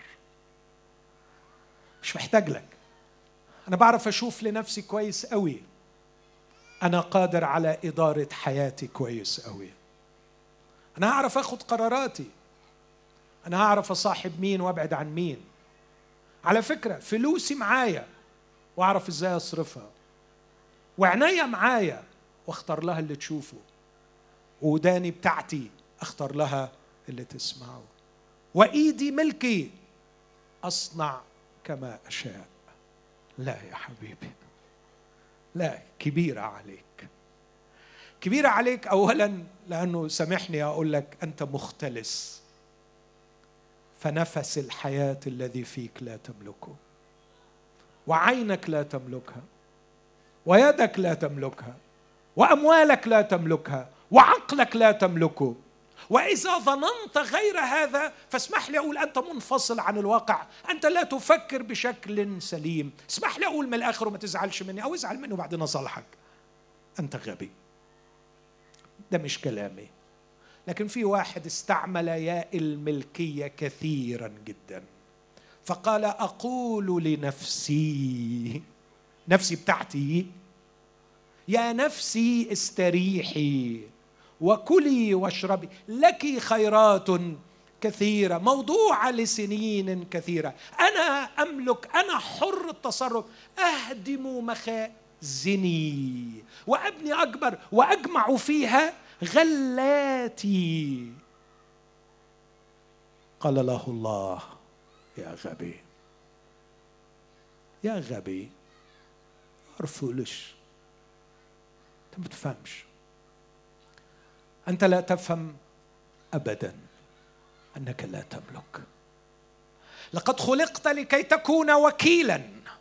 مش محتاج لك. أنا بعرف أشوف لنفسي كويس قوي، أنا قادر على إدارة حياتي كويس قوي، أنا هعرف أخذ قراراتي، أنا هعرف أصاحب مين وأبعد عن مين. على فكرة فلوسي معايا وأعرف إزاي أصرفها، وعناية معايا واختار لها اللي تشوفه، وداني بتاعتي اختار لها اللي تسمعه، وإيدي ملكي أصنع كما أشاء. لا يا حبيبي، لا، كبيرة عليك، كبيرة عليك أولا لأنه سامحني أقول لك أنت مختلس، فنفس الحياة الذي فيك لا تملكه، وعينك لا تملكها، ويدك لا تملكها، وأموالك لا تملكها، وعقلك لا تملكه. وإذا ظننت غير هذا فاسمح لي أقول أنت منفصل عن الواقع، أنت لا تفكر بشكل سليم. اسمح لي أقول من الآخر وما تزعلش مني، أو ازعل مني وبعدين أصالحك، أنت غبي. ده مش كلامي، لكن في واحد استعمل ياء الملكية كثيرا جدا، فقال أقول لنفسي، نفسي بتاعتي، يا نفسي استريحي وكلي واشربي، لك خيرات كثيرة موضوعة لسنين كثيرة، أنا أملك، أنا حر التصرف، أهدم مخازني وأبني أكبر وأجمع فيها غلاتي. قال له الله يا غبي، يا غبي، أرفلش، أنت ما تفهمش، أنت لا تفهم أبدا أنك لا تملك. لقد خلقت لكي تكون وكيلا،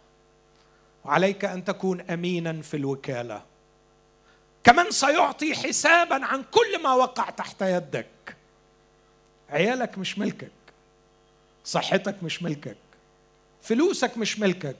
وعليك أن تكون أمينا في الوكالة، كمن سيعطي حسابا عن كل ما وقع تحت يدك. عيالك مش ملكك، صحتك مش ملكك، فلوسك مش ملكك،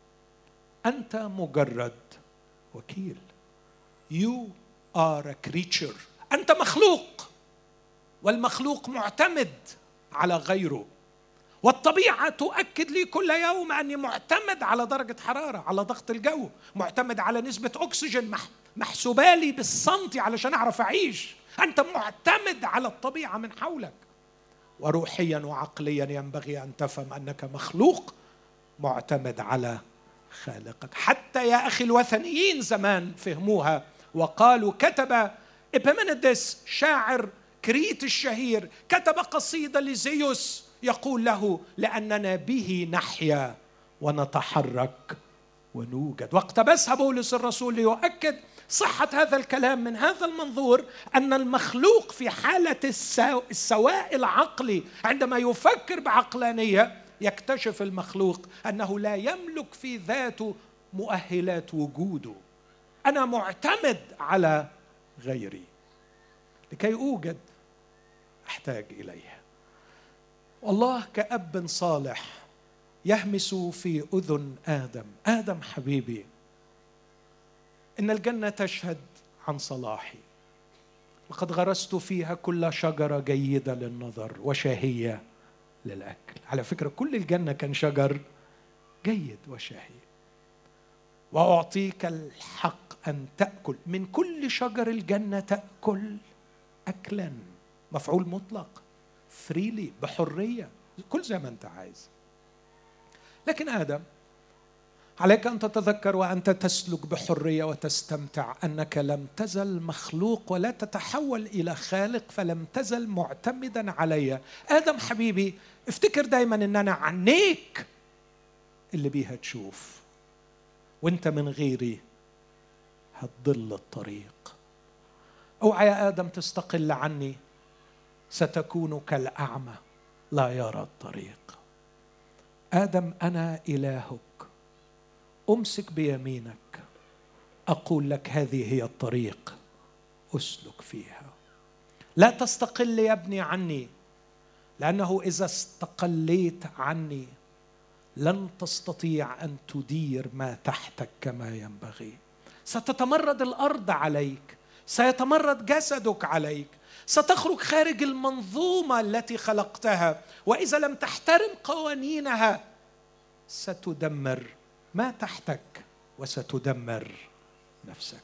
أنت مجرد وكيل. You are a creature. أنت مخلوق، والمخلوق معتمد على غيره، والطبيعة تؤكد لي كل يوم أني معتمد على درجة حرارة، على ضغط الجو، معتمد على نسبة أكسجين محسوبة لي بالسنتي علشان أعرف أعيش. أنت معتمد على الطبيعة من حولك. وروحيا وعقليا ينبغي أن تفهم أنك مخلوق معتمد على خالقك. حتى يا أخي الوثنيين زمان فهموها وقالوا، كتب إبيمينيدس شاعر كريت الشهير كتب قصيدة لزيوس يقول له لأننا به نحيا ونتحرك ونوجد. واقتبسها بولس الرسول ليؤكد صحة هذا الكلام من هذا المنظور، أن المخلوق في حالة السواء العقلي عندما يفكر بعقلانية يكتشف المخلوق أنه لا يملك في ذاته مؤهلات وجوده. أنا معتمد على غيري، لكي أوجد أحتاج إليه. والله كأب صالح يهمس في أذن آدم حبيبي، إن الجنة تشهد عن صلاحي، لقد غرست فيها كل شجرة جيدة للنظر وشهية للأكل. على فكرة كل الجنة كان شجر جيد وشهي. وأعطيك الحق أن تأكل من كل شجر الجنة، تأكل أكلا مفعول مطلق، فريلي، بحرية، كل زي ما أنت عايز. لكن آدم، عليك أن تتذكر وأنت تسلك بحرية وتستمتع أنك لم تزل مخلوق ولا تتحول إلى خالق، فلم تزل معتمدا علي. آدم حبيبي، افتكر دايما أن أنا عنيك اللي بيها تشوف، وانت من غيري هتضل الطريق. اوعى يا آدم تستقل عني، ستكون كالأعمى لا يرى الطريق. آدم أنا إلهك، أمسك بيمينك، أقول لك هذه هي الطريق، أسلك فيها. لا تستقل يا ابني عني، لأنه إذا استقليت عني لن تستطيع أن تدير ما تحتك كما ينبغي. ستتمرد الأرض عليك، سيتمرد جسدك عليك، ستخرج خارج المنظومة التي خلقتها، وإذا لم تحترم قوانينها ستدمر ما تحتك وستدمر نفسك.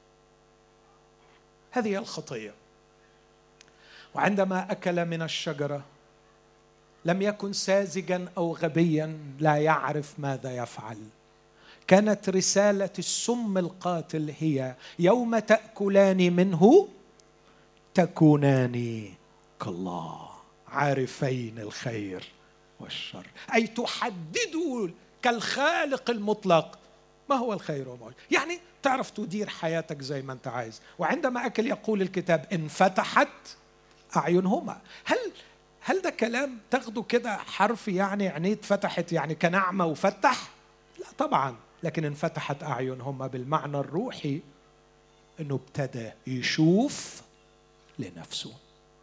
هذه الخطية. وعندما أكل من الشجرة لم يكن ساذجا أو غبيا لا يعرف ماذا يفعل. كانت رسالة السم القاتل هي يوم تأكلان منه تكونان كالله عارفين الخير والشر، أي تحددوا كالخالق المطلق ما هو الخير وما هو، يعني تعرف تدير حياتك زي ما أنت عايز. وعندما أكل يقول الكتاب انفتحت أعينهما. هل ده كلام تاخده كده حرفي، يعني عينيه اتفتحت يعني كنعمة وفتح؟ لا طبعا، لكن انفتحت أعينهما بالمعنى الروحي أنه ابتدى يشوف لنفسه.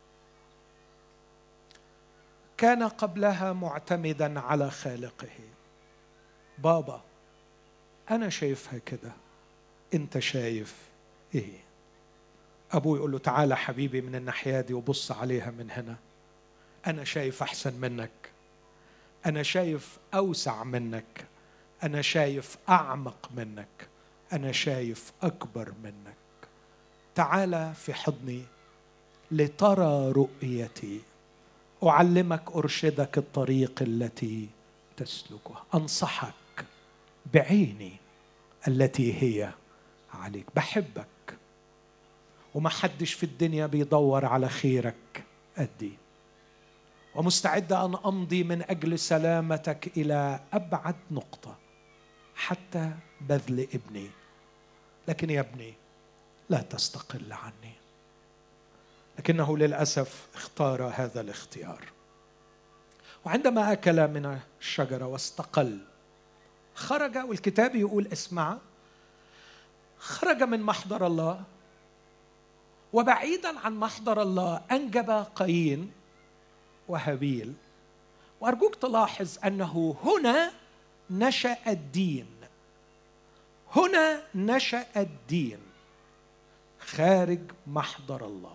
كان قبلها معتمدا على خالقه. بابا أنا شايفها كده، أنت شايف إيه؟ أبوه يقول له تعالى حبيبي من الناحية دي وبص عليها من هنا، أنا شايف أحسن منك، أنا شايف أوسع منك، أنا شايف أعمق منك، أنا شايف أكبر منك. تعالى في حضني لترى رؤيتي، أعلمك أرشدك الطريق التي تسلكها، أنصحك بعيني التي هي عليك. بحبك وما حدش في الدنيا بيدور على خيرك قدي، ومستعد أن أمضي من أجل سلامتك إلى أبعد نقطة حتى بذل ابني. لكن يا ابني لا تستقل عني. لكنه للأسف اختار هذا الاختيار، وعندما أكل من الشجرة واستقل خرج، والكتاب يقول اسمع، خرج من محضر الله، وبعيدا عن محضر الله أنجب قايين وهابيل. وأرجوك تلاحظ أنه هنا نشأ الدين، هنا نشأ الدين خارج محضر الله.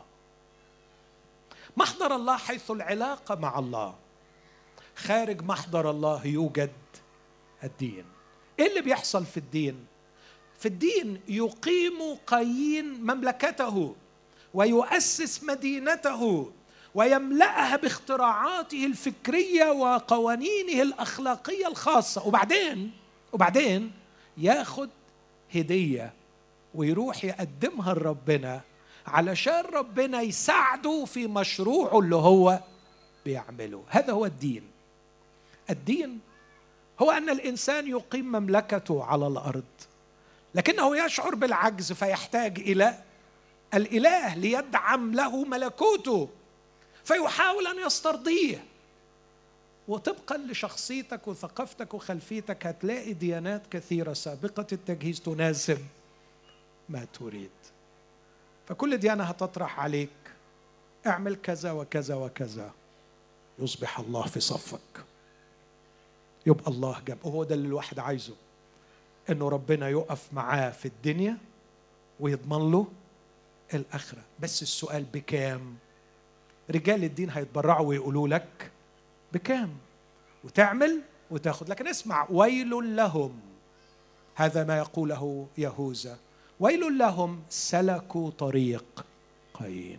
محضر الله حيث العلاقة مع الله، خارج محضر الله يوجد الدين. إيه اللي بيحصل في الدين؟ في الدين يقيم قايين مملكته ويؤسس مدينته ويملأها باختراعاته الفكرية وقوانينه الأخلاقية الخاصة، وبعدين ياخد هدية ويروح يقدمها لربنا علشان ربنا يساعده في مشروعه اللي هو بيعمله. هذا هو الدين. الدين هو أن الإنسان يقيم مملكته على الأرض، لكنه يشعر بالعجز فيحتاج إلى الإله ليدعم له ملكوته، فيحاول أن يسترضيه. وطبقا لشخصيتك وثقافتك وخلفيتك هتلاقي ديانات كثيرة سابقة التجهيز تناسب ما تريد. فكل ديانة هتطرح عليك اعمل كذا وكذا وكذا، يصبح الله في صفك، يبقى الله جنبه. هو ده اللي الواحد عايزه، انه ربنا يقف معاه في الدنيا ويضمن له الآخرة. بس السؤال بكام؟ رجال الدين هيتبرعوا ويقولوا لك بكام وتعمل وتاخد. لكن اسمع، ويل لهم، هذا ما يقوله يهوذا، ويل لهم سلكوا طريق قايين.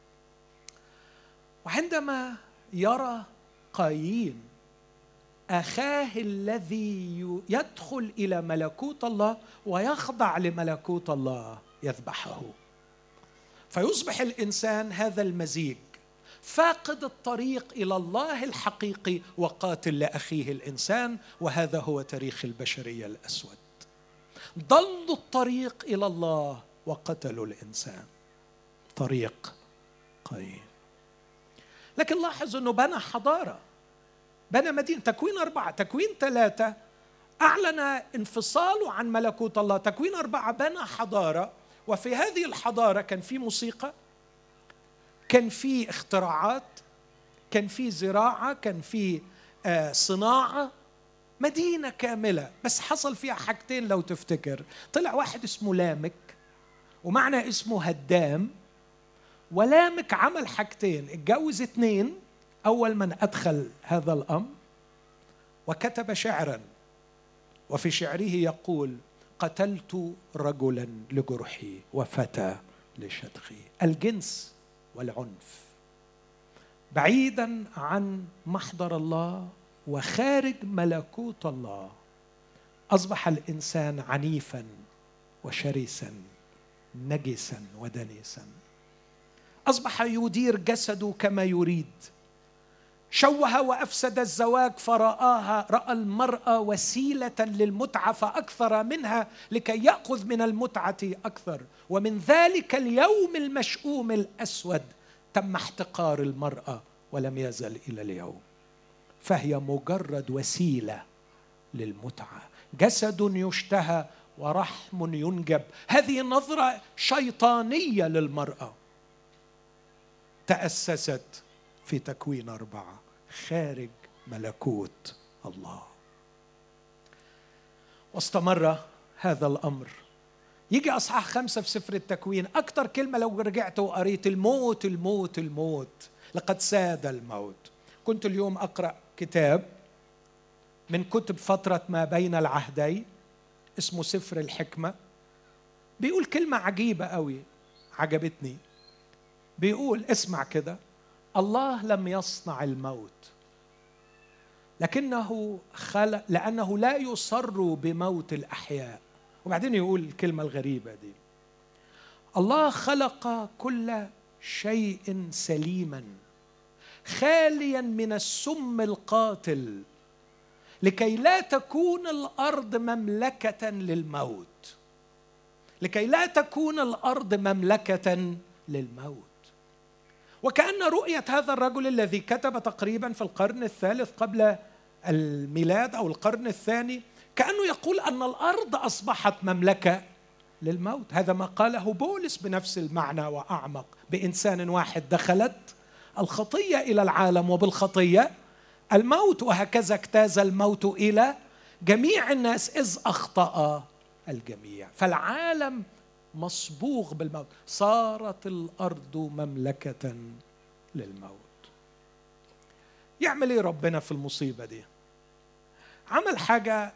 وعندما يرى قايين أخاه الذي يدخل إلى ملكوت الله ويخضع لملكوت الله يذبحه، فيصبح الإنسان هذا المزيج، فاقد الطريق إلى الله الحقيقي وقاتل لأخيه الإنسان. وهذا هو تاريخ البشرية الأسود. ضلوا الطريق إلى الله وقتلوا الإنسان، طريق قايين. لكن لاحظ أنه بنى حضارة، بنى مدينة. تكوين 4 تكوين 3 أعلن انفصاله عن ملكوت الله. تكوين 4 بنى حضارة، وفي هذه الحضارة كان في موسيقى، كان في اختراعات، كان في زراعة، كان في صناعة، مدينة كاملة. بس حصل فيها حاجتين لو تفتكر. طلع واحد اسمه لامك، ومعنى اسمه هدام. ولامك عمل حاجتين، اتجوز 2 أول من أدخل هذا الأمر، وكتب شعرا، وفي شعره يقول قتلت رجلا لجرحي وفتى لشدخي. الجنس والعنف بعيدا عن محضر الله وخارج ملكوت الله، أصبح الإنسان عنيفا وشرسا نجسا ودنيسا. أصبح يدير جسده كما يريد، شوه وأفسد الزواج رأى المرأة وسيلة للمتعة فأكثر منها لكي يأخذ من المتعة أكثر. ومن ذلك اليوم المشؤوم الأسود تم احتقار المرأة ولم يزل إلى اليوم. فهي مجرد وسيلة للمتعة، جسد يشتهى ورحم ينجب. هذه نظرة شيطانية للمرأة تأسست في تكوين 4 خارج ملكوت الله. واستمر هذا الأمر. يجي أصحاح 5 في سفر التكوين، أكتر كلمة لو رجعت وقريت الموت الموت الموت، لقد ساد الموت. كنت اليوم أقرأ كتاب من كتب فترة ما بين العهدين اسمه سفر الحكمة، بيقول كلمة عجيبة قوي عجبتني. بيقول اسمع كده: الله لم يصنع الموت لأنه لا يصر بموت الأحياء. وبعدين يقول الكلمة الغريبة دي: الله خلق كل شيء سليما خاليا من السم القاتل لكي لا تكون الأرض مملكة للموت، لكي لا تكون الأرض مملكة للموت. وكأن رؤية هذا الرجل الذي كتب تقريبا في القرن الثالث قبل الميلاد أو القرن الثاني، كأنه يقول أن الأرض أصبحت مملكة للموت. هذا ما قاله بولس بنفس المعنى وأعمق: بإنسان واحد دخلت الخطية إلى العالم وبالخطية الموت، وهكذا اجتاز الموت إلى جميع الناس إذ أخطأ الجميع. فالعالم مصبوغ بالموت، صارت الأرض مملكة للموت. يعمل إيه ربنا في المصيبة دي؟ عمل حاجة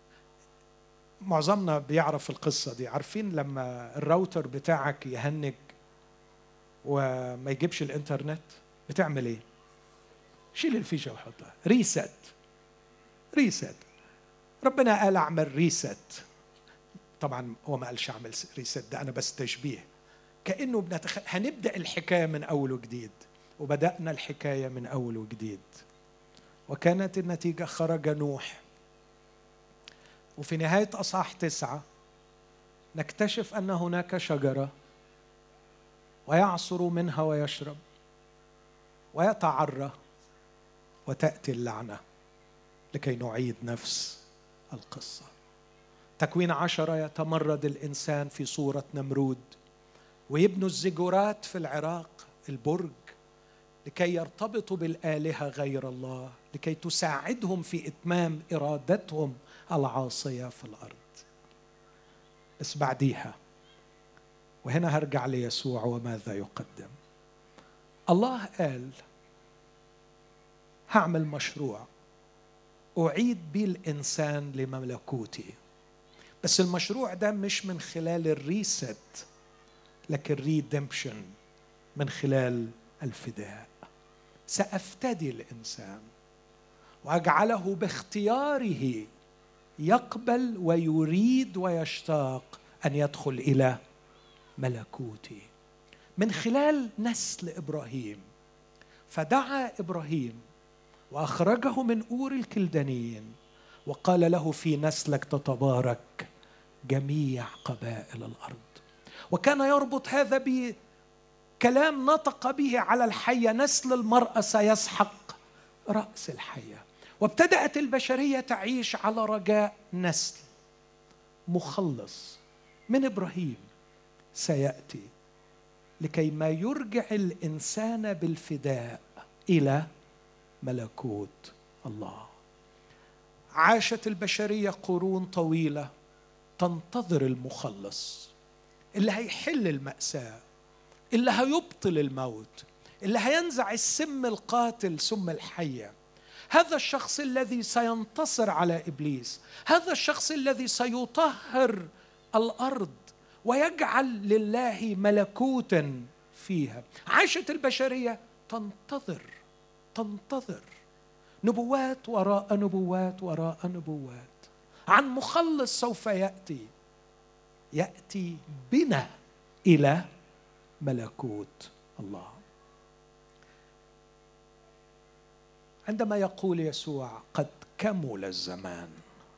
معظمنا بيعرف القصة دي. عارفين لما الراوتر بتاعك يهنج وما يجيبش الإنترنت بتعمل إيه؟ شيل الفيشة وحطها ريست. ربنا قال اعمل ريست. طبعا هو ما قالش اعمل ريست، ده انا بس تشبيه. كأنه هنبدأ الحكاية من أول وجديد. وبدأنا الحكاية من أول وجديد. وكانت النتيجة: خرج نوح. وفي نهاية أصحاح 9 نكتشف أن هناك شجرة ويعصر منها ويشرب ويتعرى، وتأتي اللعنة لكي نعيد نفس القصة. تكوين 10 يتمرد الإنسان في صورة نمرود، ويبنوا الزجورات في العراق البرج لكي يرتبطوا بالآلهة غير الله، لكي تساعدهم في إتمام إرادتهم العاصية في الأرض. بس بعديها، وهنا هرجع ليسوع وماذا يقدم. الله قال: هعمل مشروع أعيد به الإنسان لملكوتي. بس المشروع ده مش من خلال الريست، لكن ريدمبشن، من خلال الفداء. سأفتدي الإنسان وأجعله باختياره يقبل ويريد ويشتاق أن يدخل إلى ملكوتي من خلال نسل إبراهيم. فدعا إبراهيم وأخرجه من أور الكلدانيين وقال له: في نسلك تتبارك جميع قبائل الأرض. وكان يربط هذا بكلام نطق به على الحية: نسل المرأة سيسحق رأس الحية. وابتدأت البشرية تعيش على رجاء نسل مخلص من إبراهيم سيأتي لكي ما يرجع الإنسان بالفداء إلى ملكوت الله. عاشت البشرية قرون طويلة تنتظر المخلص اللي هيحل المأساة، اللي هيبطل الموت، اللي هينزع السم القاتل سم الحية. هذا الشخص الذي سينتصر على إبليس، هذا الشخص الذي سيطهر الأرض ويجعل لله ملكوتا فيها. عاشت البشرية تنتظر نبوات وراء نبوات وراء نبوات عن مخلص سوف يأتي بنا إلى ملكوت الله. عندما يقول يسوع قد كمل الزمان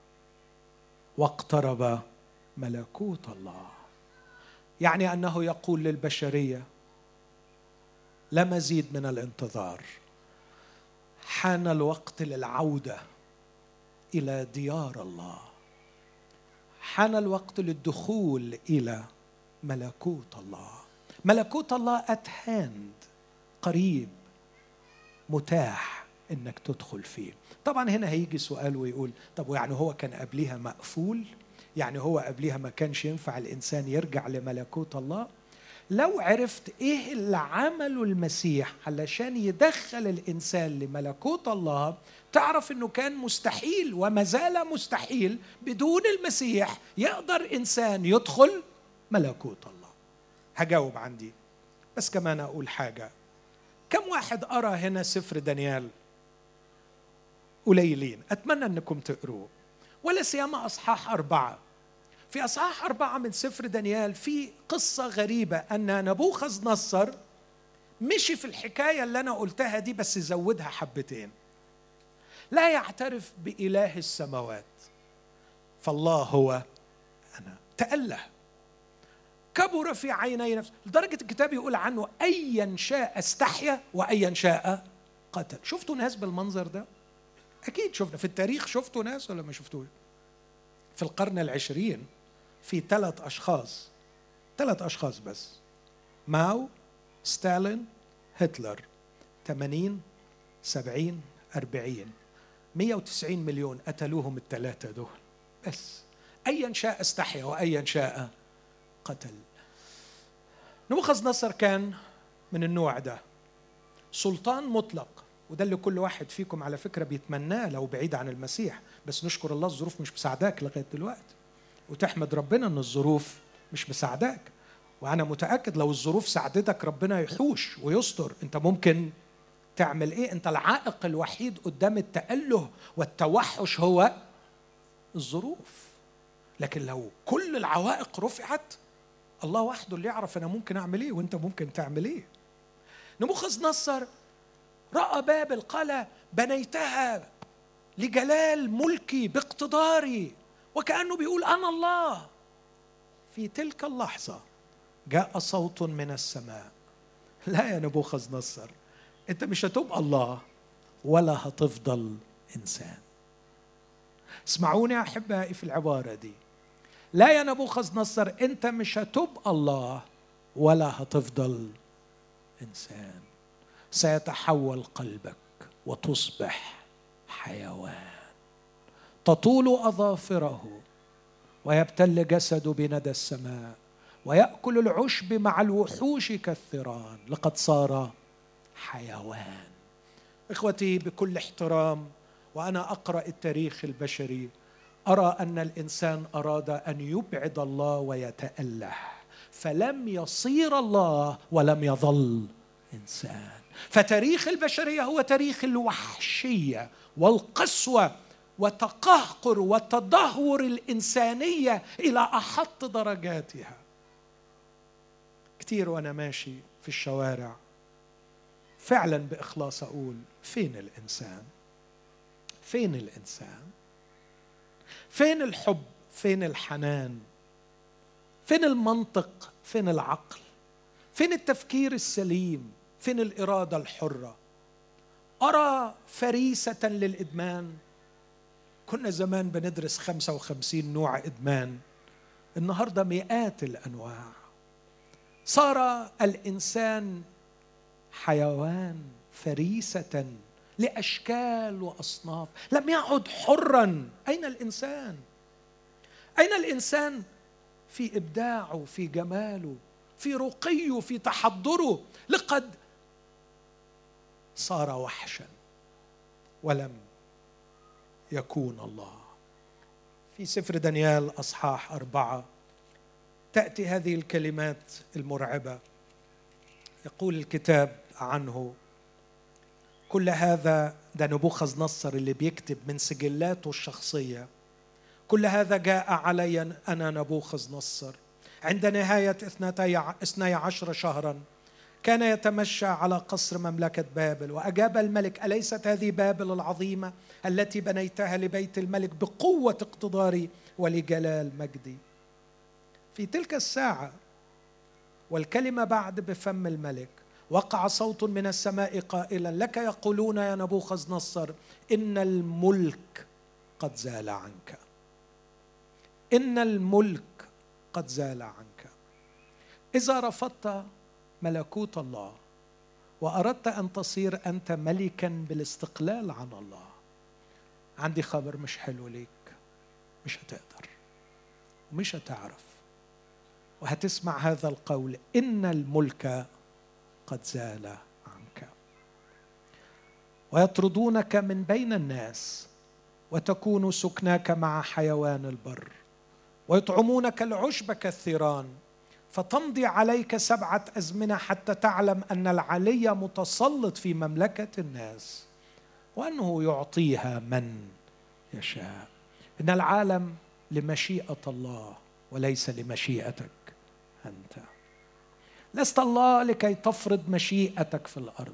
واقترب ملكوت الله، يعني أنه يقول للبشرية لا مزيد من الانتظار، حان الوقت للعودة إلى ديار الله، حان الوقت للدخول إلى ملكوت الله. ملكوت الله at hand، قريب، متاح إنك تدخل فيه. طبعا هنا هيجي سؤال ويقول طب يعني هو كان قبلها مقفول؟ يعني هو قبلها ما كانش ينفع الإنسان يرجع لملكوت الله؟ لو عرفت إيه اللي عمله المسيح علشان يدخل الإنسان لملكوت الله، تعرف إنه كان مستحيل وما زال مستحيل بدون المسيح يقدر إنسان يدخل ملكوت الله. هجاوب عندي، بس كمان أقول حاجة. كم واحد قرأ هنا سفر دانيال؟ قليلين، أتمنى أنكم تقروه، ولا سيما أصحاح 4. في أصحاح 4 من سفر دانيال في قصة غريبة، أن نبوخذ نصر مشي في الحكاية اللي أنا قلتها دي بس زودها حبتين. لا يعترف بإله السماوات، فالله هو أنا، تأله، كبر في عيني نفسه، لدرجة الكتاب يقول عنه أيا شاء استحيا وأيا شاء قتل. شفتوا ناس بالمنظر ده؟ أكيد شفنا في التاريخ. شفتوا ناس ولا ما شفتوش؟ في القرن 20 في 3 أشخاص بس، ماو، ستالين، هتلر، 80 70 40 190 مليون قتلوهم الثلاثة دول بس. أيا شاء استحيا وأيا شاء قتل. نبوخذ نصر كان من النوع ده، سلطان مطلق، وده اللي كل واحد فيكم على فكرة بيتمناه لو بعيد عن المسيح. بس نشكر الله الظروف مش مساعداك لغاية دلوقتي، وتحمد ربنا أن الظروف مش مساعداك. وأنا متأكد لو الظروف ساعدتك ربنا يحوش ويستر. أنت ممكن تعمل إيه؟ أنت العائق الوحيد قدام التأله والتوحش هو الظروف. لكن لو كل العوائق رفعت، الله وحده اللي يعرف أنا ممكن أعمل إيه وأنت ممكن تعمل إيه. نبوخذ نصر رأى بابل، قال بنيتها لجلال ملكي باقتداري، وكأنه بيقول أنا الله. في تلك اللحظة جاء صوت من السماء، لا يا نبوخذ نصر، أنت مش هتبقى الله ولا هتفضل إنسان. اسمعوني أحبائي في العبارة دي، لا يا نبوخذ نصر، أنت مش هتبقى الله ولا هتفضل إنسان. سيتحول قلبك وتصبح حيوان، تطول أظافره ويبتل جسده بندى السماء، ويأكل العشب مع الوحوش كالثيران، لقد صار حيوان. إخوتي بكل احترام، وأنا أقرأ التاريخ البشري، أرى أن الإنسان أراد أن يبعد الله ويتأله، فلم يصير الله ولم يظل إنسان. فتاريخ البشرية هو تاريخ الوحشية والقسوة وتقهقر وتدهور الإنسانية إلى أحط درجاتها. كتير وأنا ماشي في الشوارع فعلا بإخلاص أقول فين الإنسان؟ فين الإنسان؟ فين الحب؟ فين الحنان؟ فين المنطق؟ فين العقل؟ فين التفكير السليم؟ فين الإرادة الحرة؟ أرى فريسة للإدمان. كنا زمان بندرس 55 نوع إدمان، النهاردة مئات الأنواع. صار الإنسان حيوان، فريسة لأشكال وأصناف، لم يعد حراً. أين الإنسان؟ أين الإنسان في إبداعه، في جماله، في رقيه، في تحضره؟ لقد صار وحشاً ولم يكون الله. في سفر دانيال أصحاح 4 تأتي هذه الكلمات المرعبة. يقول الكتاب عنه كل هذا، ده نبوخذ نصر اللي بيكتب من سجلاته الشخصية، كل هذا جاء علي أنا نبوخذ نصر عند نهاية 12 شهرا كان يتمشى على قصر مملكة بابل، وأجاب الملك: أليست هذه بابل العظيمة التي بنيتها لبيت الملك بقوة اقتداري ولجلال مجدي؟ في تلك الساعة والكلمة بعد بفم الملك وقع صوت من السماء قائلا: لك يقولون يا نبوخذ نصر إن الملك قد زال عنك. إن الملك قد زال عنك. إذا رفضت ملكوت الله وأردت أن تصير أنت ملكا بالاستقلال عن الله، عندي خبر مش حلو ليك. مش هتقدر ومش هتعرف، وهتسمع هذا القول: إن الملك قد زال عنك. ويطردونك من بين الناس، وتكون سكناك مع حيوان البر، ويطعمونك العشب كالثيران، فتمضي عليك 7 أزمنة حتى تعلم أن العلي متسلط في مملكة الناس، وأنه يعطيها من يشاء. إن العالم لمشيئة الله وليس لمشيئتك أنت. لست الله لكي تفرض مشيئتك في الأرض.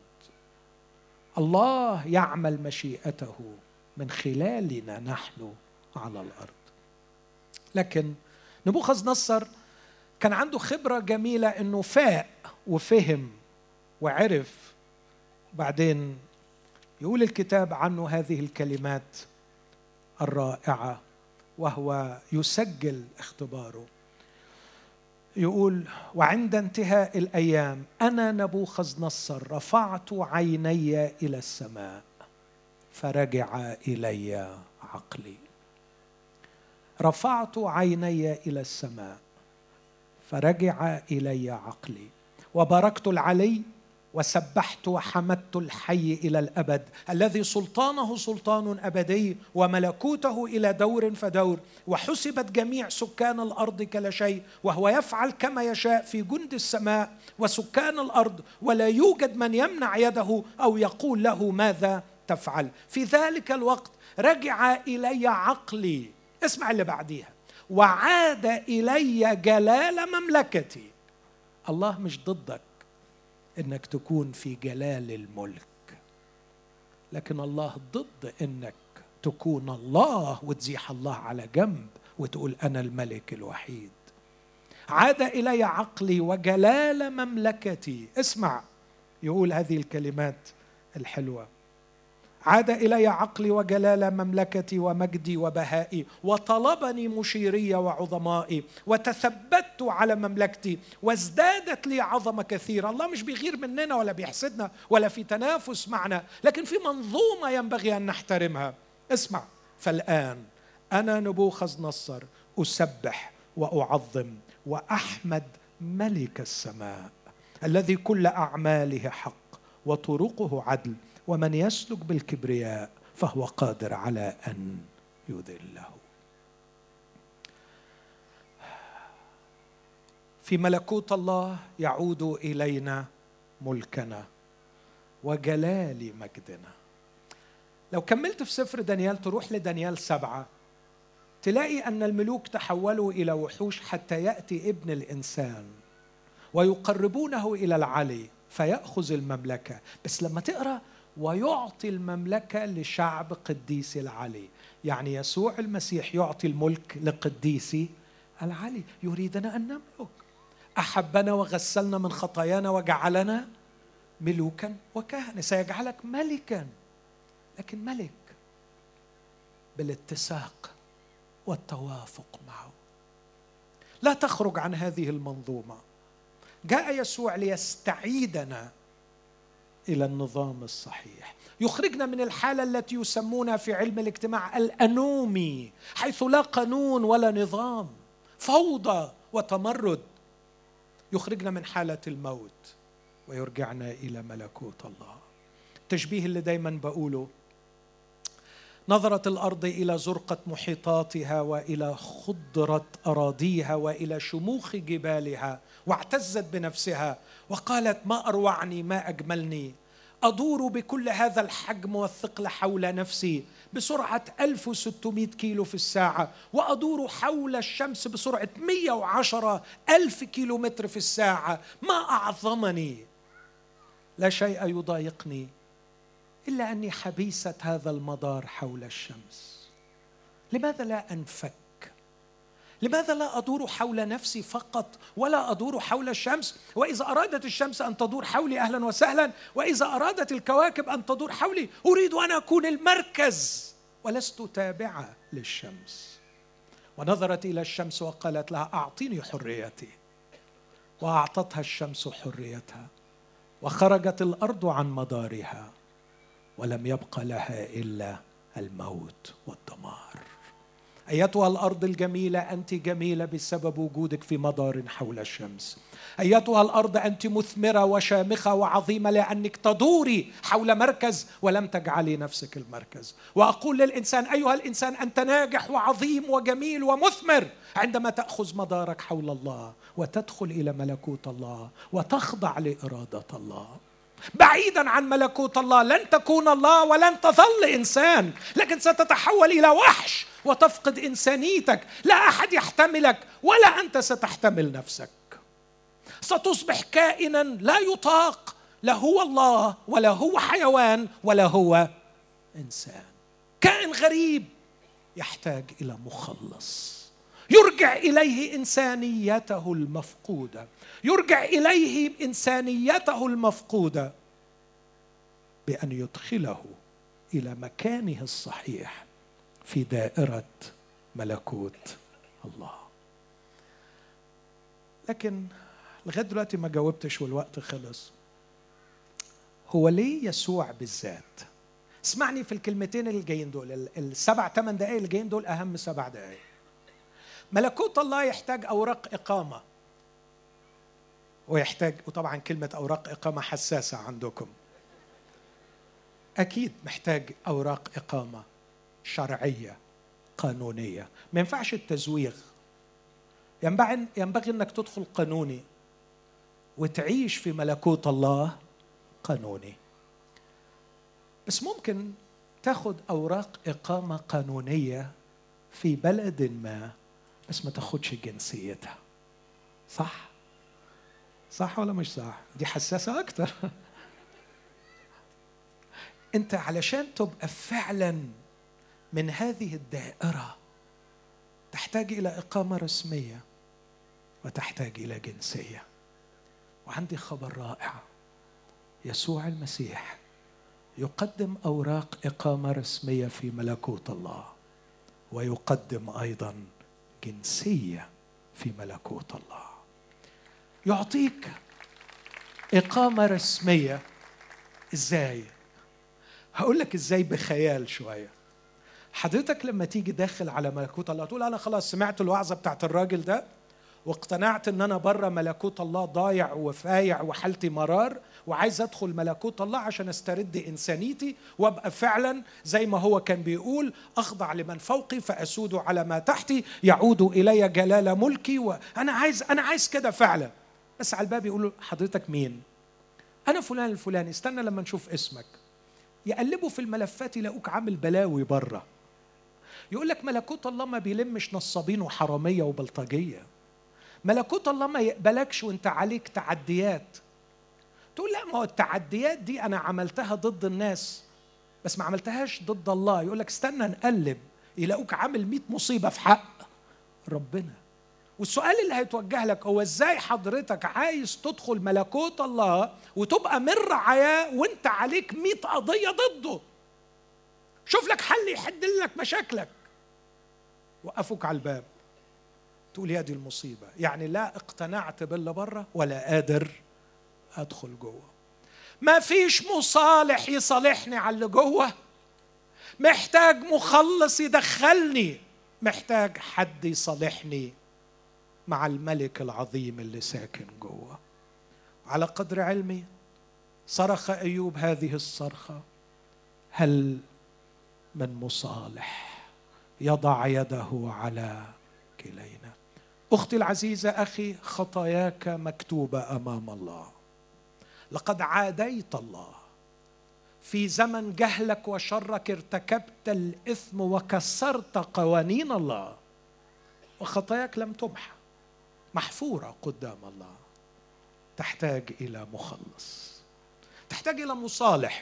الله يعمل مشيئته من خلالنا نحن على الأرض. لكن نبوخذ نصر كان عنده خبرة جميلة، إنه فاق وفهم وعرف. بعدين يقول الكتاب عنه هذه الكلمات الرائعة وهو يسجل اختباره. يقول: وعند انتهاء الأيام أنا نبوخذ نصر رفعت عيني إلى السماء فرجع إلي عقلي. رفعت عيني إلى السماء فرجع إلي عقلي، وباركت العلي وسبحت وحمدت الحي إلى الأبد، الذي سلطانه سلطان أبدي وملكوته إلى دور فدور، وحسبت جميع سكان الأرض كلا شيء، وهو يفعل كما يشاء في جند السماء وسكان الأرض، ولا يوجد من يمنع يده أو يقول له ماذا تفعل. في ذلك الوقت رجع إلي عقلي. اسمع اللي بعديها: وعاد إلي جلال مملكتي. الله مش ضدك إنك تكون في جلال الملك، لكن الله ضد إنك تكون الله وتزيح الله على جنب وتقول أنا الملك الوحيد. عاد إلي عقلي وجلال مملكتي. اسمع، يقول هذه الكلمات الحلوة: عاد إلي عقلي وجلال مملكتي ومجدي وبهائي، وطلبني مشيري وعظمائي، وتثبت على مملكتي، وازدادت لي عظمة كثيرة. الله مش بيغير مننا ولا بيحسدنا ولا في تنافس معنا، لكن في منظومة ينبغي أن نحترمها. اسمع: فالآن أنا نبوخذ نصر أسبح وأعظم وأحمد ملك السماء، الذي كل أعماله حق وطرقه عدل، ومن يسلك بالكبرياء فهو قادر على أن يذله. في ملكوت الله يعود إلينا ملكنا وجلال مجدنا. لو كملت في سفر دانيال تروح لدانيال 7 تلاقي أن الملوك تحولوا إلى وحوش حتى يأتي ابن الإنسان ويقربونه إلى العلي فيأخذ المملكة. بس لما تقرأ: ويعطي المملكة لشعب قديس العلي، يعني يسوع المسيح يعطي الملك لقديسي العلي. يريدنا أن نملك، أحبنا وغسلنا من خطايانا وجعلنا ملوكا وكهنة. سيجعلك ملكا، لكن ملك بالاتساق والتوافق معه. لا تخرج عن هذه المنظومة. جاء يسوع ليستعيدنا إلى النظام الصحيح، يخرجنا من الحالة التي يسمونها في علم الاجتماع الأنومي، حيث لا قانون ولا نظام، فوضى وتمرد. يخرجنا من حالة الموت ويرجعنا إلى ملكوت الله. التشبيه اللي دايما بقوله: نظرت الأرض إلى زرقة محيطاتها وإلى خضرة أراضيها وإلى شموخ جبالها، واعتزت بنفسها وقالت: ما أروعني، ما أجملني، أدور بكل هذا الحجم والثقل حول نفسي بسرعة 1600 كيلو في الساعة، وأدور حول الشمس بسرعة 110,000 كيلومتر في الساعة. ما أعظمني. لا شيء يضايقني إلا أني حبيسة هذا المدار حول الشمس. لماذا لا أنفك؟ لماذا لا أدور حول نفسي فقط ولا أدور حول الشمس؟ وإذا أرادت الشمس أن تدور حولي أهلا وسهلا، وإذا أرادت الكواكب أن تدور حولي، أريد أن أكون المركز ولست تابعة للشمس. ونظرت إلى الشمس وقالت لها أعطيني حريتي، وأعطتها الشمس حريتها، وخرجت الأرض عن مدارها ولم يبق لها إلا الموت والدمار. أيتها الأرض الجميلة، أنت جميلة بسبب وجودك في مدار حول الشمس. أيتها الأرض أنت مثمرة وشامخة وعظيمة لأنك تدوري حول مركز ولم تجعلي نفسك المركز. وأقول للإنسان أيها الإنسان أنت ناجح وعظيم وجميل ومثمر عندما تأخذ مدارك حول الله وتدخل إلى ملكوت الله وتخضع لإرادة الله. بعيدا عن ملكوت الله لن تكون الله ولن تظل إنسان، لكن ستتحول إلى وحش وتفقد إنسانيتك. لا أحد يحتملك ولا أنت ستحتمل نفسك. ستصبح كائنا لا يطاق، لا هو الله ولا هو حيوان ولا هو إنسان. كائن غريب يحتاج إلى مخلص يرجع إليه إنسانيته المفقودة، يرجع إليه إنسانيته المفقودة بأن يدخله إلى مكانه الصحيح في دائرة ملكوت الله. لكن لغاية دلوقتي ما جاوبتش والوقت خلص. هو ليه يسوع بالذات؟ اسمعني في الكلمتين اللي جايين دول، 7-8 دقائق اللي جايين دول أهم 7 دقائق. ملكوت الله يحتاج أوراق إقامة، ويحتاج، وطبعا كلمة أوراق إقامة حساسة عندكم، أكيد محتاج أوراق إقامة شرعية قانونية. ما ينفعش التزويغ. ينبغي أنك تدخل قانوني وتعيش في ملكوت الله قانوني. بس ممكن تاخد أوراق إقامة قانونية في بلد ما بس ما تاخدش جنسيتها. صح؟ صح ولا مش صح؟ دي حساسة أكتر. أنت علشان تبقى فعلا من هذه الدائرة تحتاج إلى إقامة رسمية وتحتاج إلى جنسية. وعندي خبر رائع، يسوع المسيح يقدم أوراق إقامة رسمية في ملكوت الله، ويقدم أيضا جنسية في ملكوت الله. يعطيك إقامة رسمية. إزاي؟ هقول لك إزاي بخيال شوية. حضرتك لما تيجي داخل على ملكوت الله تقول أنا خلاص سمعت الوعظة بتاعت الراجل ده واقتنعت أن أنا بره ملكوت الله ضايع وفايع وحالتي مرار، وعايز أدخل ملكوت الله عشان أسترد إنسانيتي وأبقى فعلا زي ما هو كان بيقول أخضع لمن فوقي فأسود على ما تحتي يعود إلي جلال ملكي. وأنا عايز كده فعلا. بس على الباب يقولوا حضرتك مين؟ أنا فلان الفلاني. استنى لما نشوف اسمك. يقلبوا في الملفات يلاقوك عامل بلاوي بره. يقول لك ملكوت الله ما بيلمش نصابين وحرامية وبلطجية. ملكوت الله ما يقبلكش وانت عليك تعديات. تقول لا، ما هو التعديات دي أنا عملتها ضد الناس بس ما عملتهاش ضد الله. يقول لك استنى نقلب، يلاقوك عامل 100 مصيبة في حق ربنا. والسؤال اللي هيتوجه لك هو ازاي حضرتك عايز تدخل ملكوت الله وتبقى من رعاياه وانت عليك 100 قضية ضده؟ شوف لك حل يحل لك مشاكلك. وقفوك على الباب تقول يا دي المصيبة، يعني لا اقتنعت باللي بره ولا قادر أدخل جوه. ما فيش مصالح يصالحني على اللي جوه، محتاج مخلص يدخلني، محتاج حد يصالحني مع الملك العظيم اللي ساكن جوه. على قدر علمي صرخ أيوب هذه الصرخة: هل من مصالح يضع يده على كلينا؟ أختي العزيزة، أخي، خطاياك مكتوبة أمام الله. لقد عاديت الله في زمن جهلك وشرك، ارتكبت الإثم وكسرت قوانين الله، وخطاياك لم تمحى، محفورة قدام الله. تحتاج إلى مخلص، تحتاج إلى مصالح.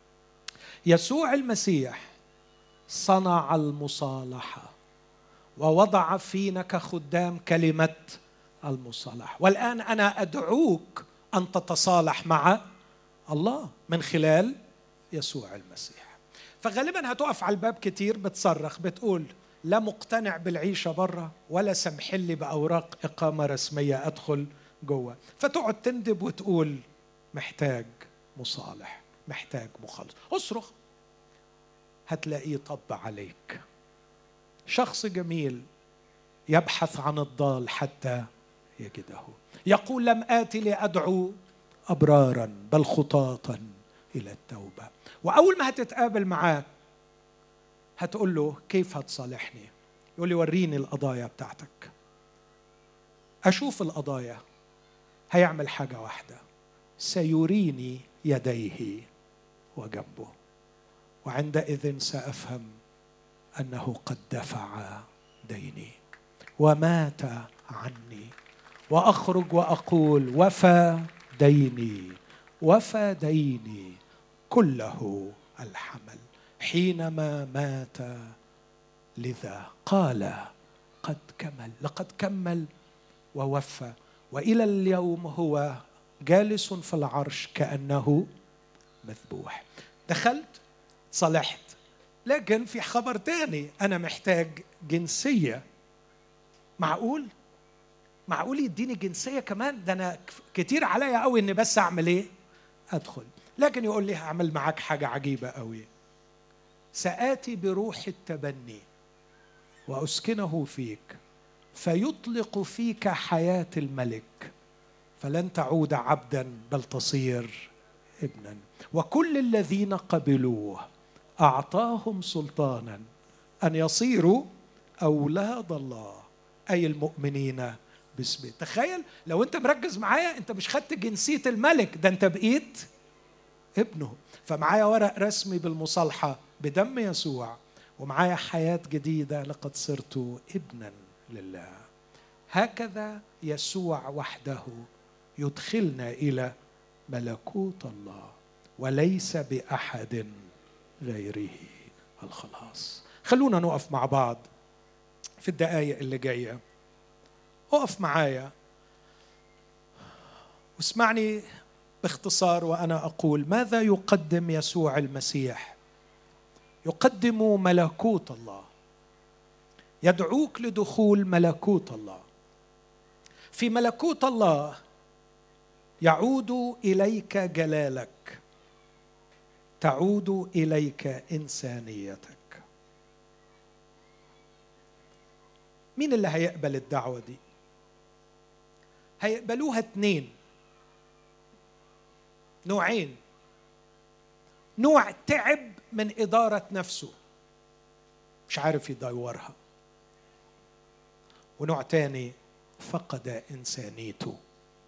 يسوع المسيح صنع المصالحة ووضع فينا كخدام كلمة المصالحة. والآن أنا أدعوك أن تتصالح مع الله من خلال يسوع المسيح. فغالبا هتقف على الباب كتير بتصرخ بتقول لا مقتنع بالعيشة برا ولا سمحلي بأوراق إقامة رسمية أدخل جوه. فتقعد تندب وتقول محتاج مصالح، محتاج مخلص. اصرخ هتلاقيه طب عليك. شخص جميل يبحث عن الضال حتى يجده. يقول لم آتي لأدعو أبرارا بل خطاطا إلى التوبة. وأول ما هتتقابل معاه هتقول له كيف هتصالحني؟ يقول لي وريني القضايا بتاعتك. أشوف القضايا. هيعمل حاجة واحدة، سيريني يديه وجنبه، وعندئذ سأفهم أنه قد دفع ديني ومات عني، وأخرج وأقول وفى ديني وفى ديني كله الحمل. حينما مات لذا قال قد كمل. لقد كمل ووفى، وإلى اليوم هو جالس في العرش كأنه مذبوح. دخلت صلحت، لكن في خبر تاني، أنا محتاج جنسية. معقول يديني جنسية كمان؟ ده أنا كتير عليا قوي إني بس أعمل إيه؟ أدخل. لكن يقول لي هعمل معاك حاجة عجيبة قوي، سآتي بروح التبني وأسكنه فيك فيطلق فيك حياة الملك، فلن تعود عبدا بل تصير ابنا. وكل الذين قبلوه أعطاهم سلطانا أن يصيروا أولاد الله، أي المؤمنين باسمه. تخيل لو أنت مركز معايا، أنت مش خدت جنسية الملك، ده أنت بقيت ابنه. فمعايا ورق رسمي بالمصالحة بدم يسوع، ومعايا حياة جديدة، لقد صرت ابنا لله. هكذا يسوع وحده يدخلنا إلى ملكوت الله، وليس بأحد غيره الخلاص. خلونا نقف مع بعض في الدقائق اللي جاية. اقف معايا واسمعني باختصار وأنا أقول ماذا يقدم يسوع المسيح. يقدم ملكوت الله، يدعوك لدخول ملكوت الله. في ملكوت الله يعود إليك جلالك، تعود إليك إنسانيتك. مين اللي هيقبل الدعوة دي؟ هيقبلوها 2 نوعين. نوع تعب من إدارة نفسه مش عارف يدورها، ونوع تاني فقد إنسانيته.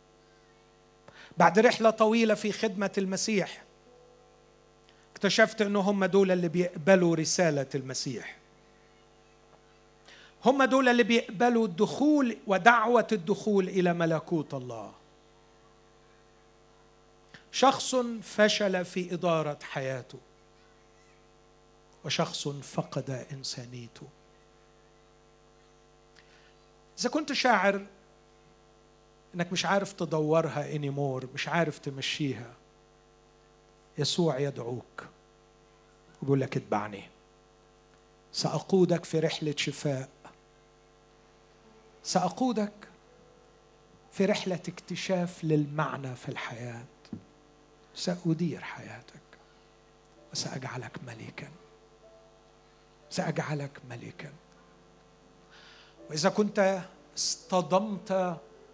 بعد رحلة طويلة في خدمة المسيح اكتشفت أنه هم دول اللي بيقبلوا رسالة المسيح، هم دول اللي بيقبلوا الدخول ودعوة الدخول إلى ملكوت الله. شخص فشل في إدارة حياته، وشخص فقد إنسانيته. إذا كنت شاعر إنك مش عارف تدورها anymore، مش عارف تمشيها، يسوع يدعوك ويقول لك اتبعني، سأقودك في رحلة شفاء، سأقودك في رحلة اكتشاف للمعنى في الحياة، سأدير حياتك وسأجعلك ملكا، سأجعلك ملكا. وإذا كنت اصطدمت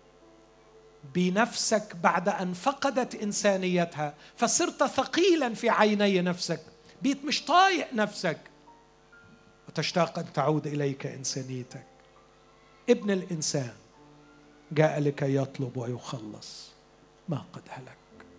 بنفسك بعد أن فقدت إنسانيتها فصرت ثقيلا في عيني نفسك، بيت مش طايق نفسك، وتشتاق أن تعود إليك إنسانيتك، ابن الإنسان جاء لكي يطلب ويخلص ما قد هلك.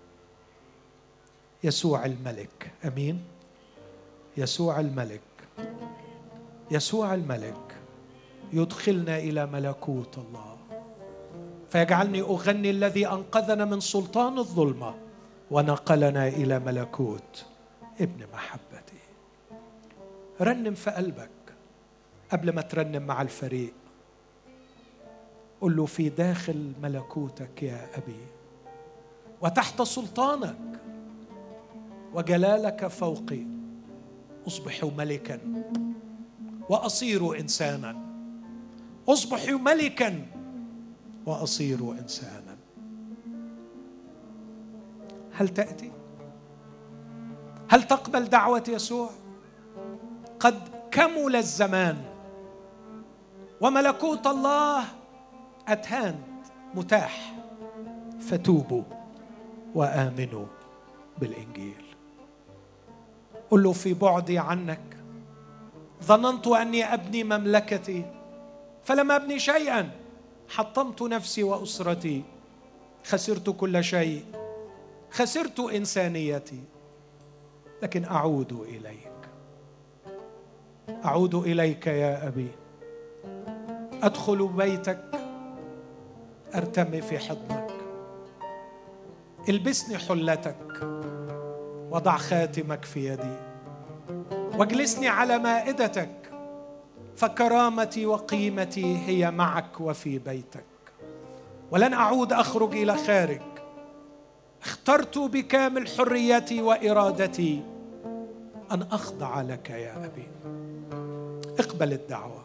يسوع الملك، أمين. يسوع الملك، يسوع الملك يدخلنا إلى ملكوت الله، فيجعلني أغني الذي أنقذنا من سلطان الظلمة ونقلنا إلى ملكوت ابن محبته. رنم في قلبك قبل ما ترنم مع الفريق، قل له: في داخل ملكوتك يا أبي، وتحت سلطانك وجلالك فوقي، أصبح ملكا وأصير إنسانا، أصبح ملكا وأصير إنسانا. هل تأتي؟ هل تقبل دعوة يسوع؟ قد كمل الزمان وملكوت الله أتهان متاح، فتوبوا وآمنوا بالإنجيل. قل له: في بعدي عنك ظننت أني أبني مملكتي فلم أبني شيئا، حطمت نفسي وأسرتي، خسرت كل شيء، خسرت إنسانيتي، لكن أعود إليك، أعود إليك يا أبي، أدخل بيتك، أرتمي في حضنك، البسني حلتك، وضع خاتمك في يدي، واجلسني على مائدتك، فكرامتي وقيمتي هي معك وفي بيتك، ولن أعود أخرج إلى خارج. اخترت بكامل حريتي وإرادتي أن أخضع لك يا أبي. اقبل الدعوة.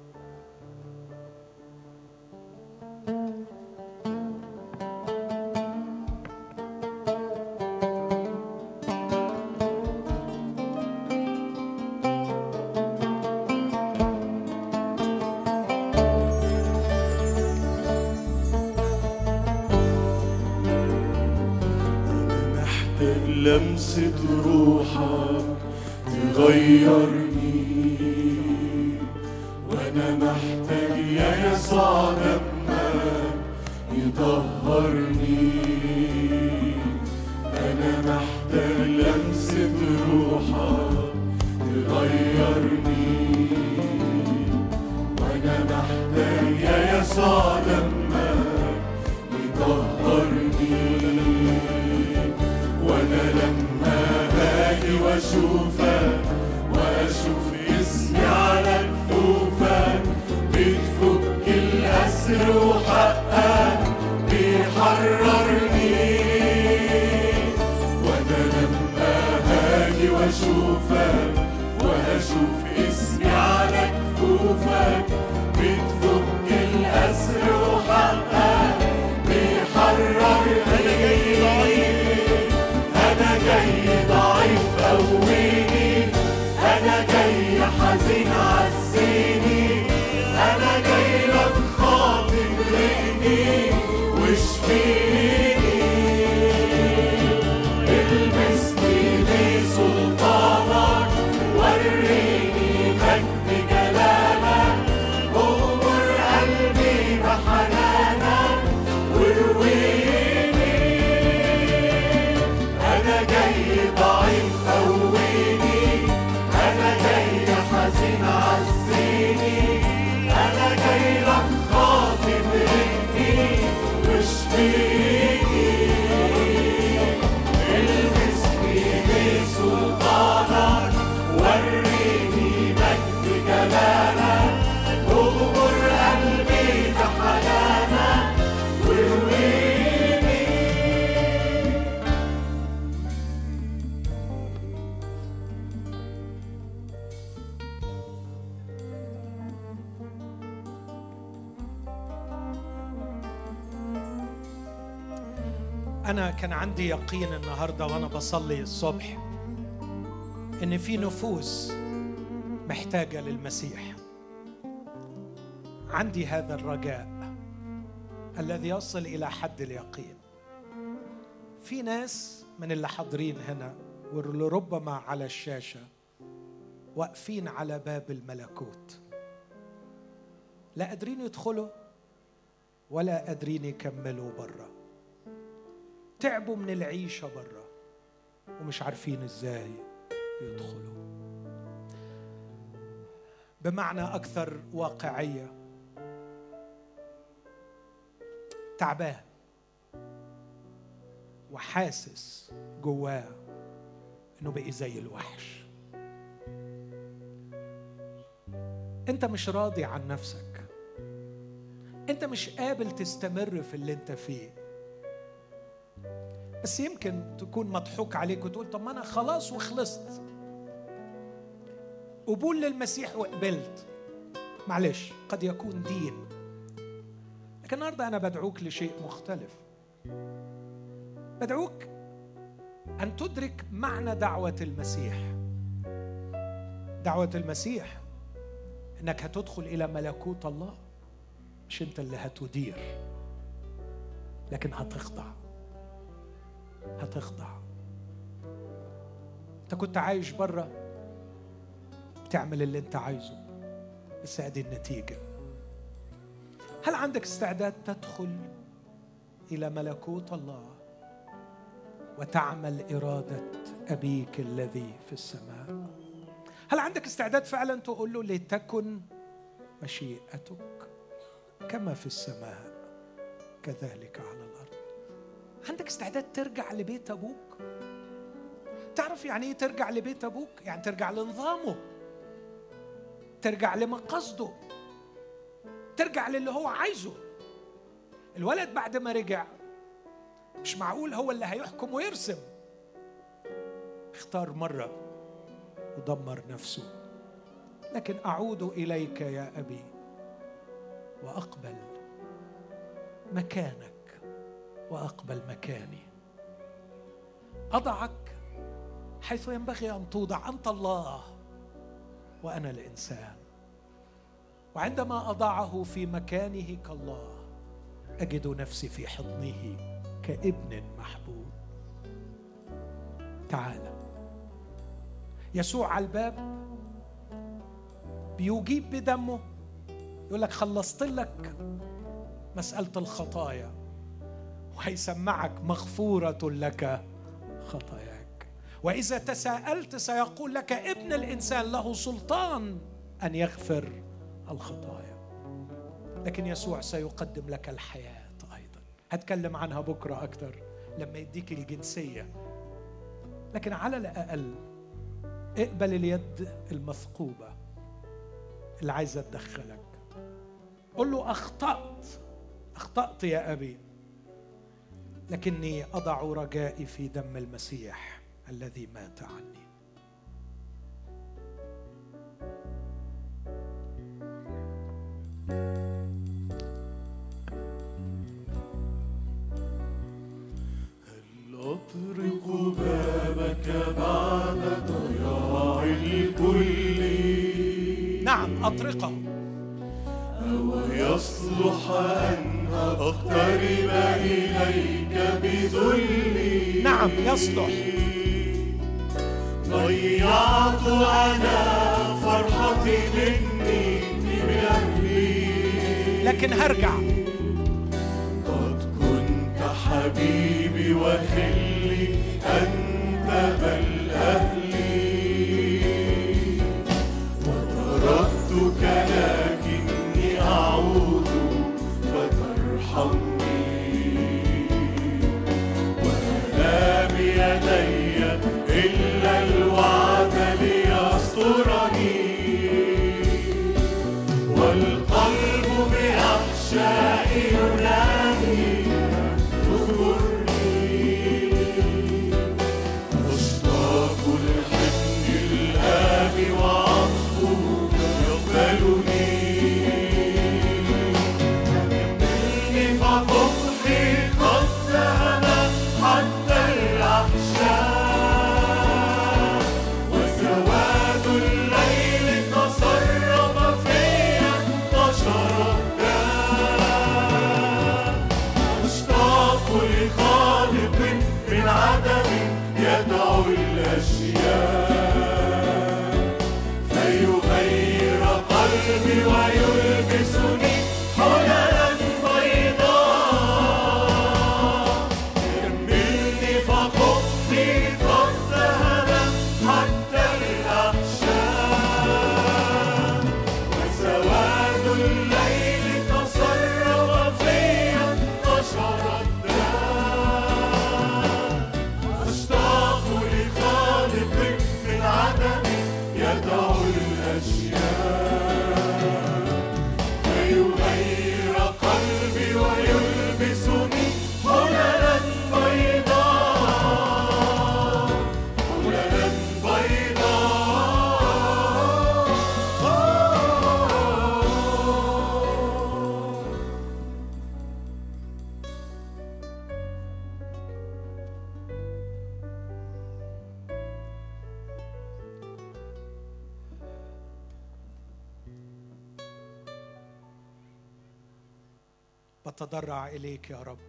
لمسة روحك تغيرني، وأنا محتاج يا يسوع دمك يطهرني. أنا محتاج لمسة روحك تغيرني، وأنا محتاج يا يسوع دمك يطهرني. وأنا لما باجي وأشوفك وأشوف اسمي على كفوفك، بتفك الأسر وحقك بيحررني. وأنا لما باجي وأشوفك وأشوف اسمي على كفوفك، بتفك الأسر وحقك بيحررني. أنا جاي ضعيف قويني، أنا جاي حزين عزيني، أنا جاي لك خاطب غيني واشفيني. البسني بسلطانك، وريني مجد جلالك، أغمر قلبي بحنانك ورويني. أنا جاي ضعيف قويني، أنا جاي حزين عزيني، أنا جاي لك خاطب غيني واشفيني. البسني بسلطانك، وريني مجد جلالك، أغمر قلبي بحنانك ورويني. أنا كان عندي يقين النهاردة وأنا بصلي الصبح إن في نفوس محتاجة للمسيح. عندي هذا الرجاء الذي يصل إلى حد اليقين. في ناس من اللي حاضرين هنا واللي ربما على الشاشة واقفين على باب الملكوت، لا قادرين يدخلوا ولا قادرين يكملوا برا. تعبوا من العيشة برا ومش عارفين ازاي يدخلوا. بمعنى أكثر واقعية، تعبان وحاسس جواه انه بقي زي الوحش. انت مش راضي عن نفسك، انت مش قابل تستمر في اللي انت فيه، بس يمكن تكون مضحوك عليك وتقول طب ما انا خلاص وخلصت، قبول للمسيح وقبلت. معلش، قد يكون دين، لكن النهارده انا بدعوك لشيء مختلف. بدعوك ان تدرك معنى دعوة المسيح. دعوة المسيح انك هتدخل الى ملكوت الله، مش انت اللي هتدير، لكن هتخضع. انت كنت عايش بره بتعمل اللي انت عايزه، بس ادي النتيجة. هل عندك استعداد تدخل الى ملكوت الله وتعمل إرادة أبيك الذي في السماء؟ هل عندك استعداد فعلا تقول له لتكن مشيئتك كما في السماء كذلك على الأرض؟ عندك استعداد ترجع لبيت أبوك؟ تعرف يعني إيه ترجع لبيت أبوك؟ يعني ترجع لنظامه، ترجع لمقصده، ترجع للي هو عايزه. الولد بعد ما رجع مش معقول هو اللي هيحكم ويرسم، اختار مرة ودمر نفسه. لكن أعود إليك يا أبي وأقبل مكانك وأقبل مكاني، أضعك حيث ينبغي أن توضع. أنت الله وأنا الإنسان، وعندما أضعه في مكانه كالله أجد نفسي في حضنه كابن محبوب. تعال. يسوع على الباب بيجيب بدمه، يقول لك خلصت لك مسألة الخطايا، وهيسمعك مغفورة لك خطاياك. وإذا تساءلت سيقول لك ابن الإنسان له سلطان أن يغفر الخطايا. لكن يسوع سيقدم لك الحياة أيضا، هتكلم عنها بكرة أكتر لما يديك الجنسية. لكن على الأقل اقبل اليد المثقوبة اللي عايزة تدخلك. قل له أخطأت يا أبي، لكني أضع رجائي في دم المسيح الذي مات عني. أطرق بابك بعد ضياع الكل. نعم أطرقه. أو يصلح أن أقترب إليك بذلي. نعم يصلح. ضيعت أنا فرحتي مني بأهلي، لكن هرجع. حبيبي وخلي أنت بل أهلي، وتركتك لكني أعود فترحمني، ولا بيدي إلا الوعد ليسترني، والقلب بأحشائي ينادي أشتاق لحضن الآب وعطفه يقبلني، يقبلني فقبحي قد ذهب حتى الأحشاء، وسواد الليل تسرب فيا انتشر الداء. أشتاق لخالق من عدم يدعو الأشياء، فيغير قلبي ويلبسني حللا بيضاء، يكملني فقبحي قد ذهب حتى الأحشاء، وسواد الليل تسرب فيا انتشر الداء. بتضرع إليك يا رب،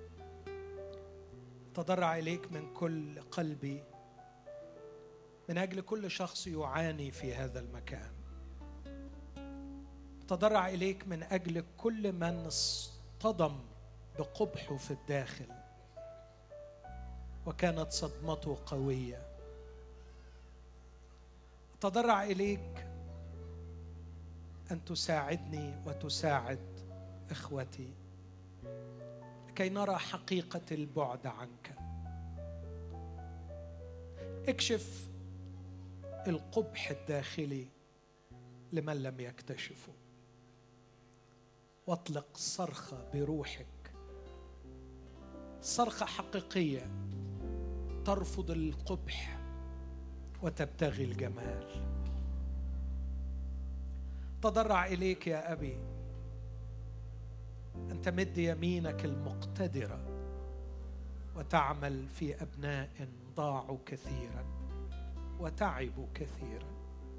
بتضرع إليك من كل قلبي من أجل كل شخص يعاني في هذا المكان. بتضرع إليك من أجل كل من اصطدم بقبحه في الداخل وكانت صدمته قوية. بتضرع إليك أن تساعدني وتساعد إخوتي لكي نرى حقيقة البعد عنك. اكشف القبح الداخلي لمن لم يكتشفه، واطلق صرخة بروحك، صرخة حقيقية ترفض القبح وتبتغي الجمال. تضرع إليك يا أبي أن تمد يمينك المقتدرة وتعمل في أبناء ضاعوا كثيرا وتعبوا كثيرا.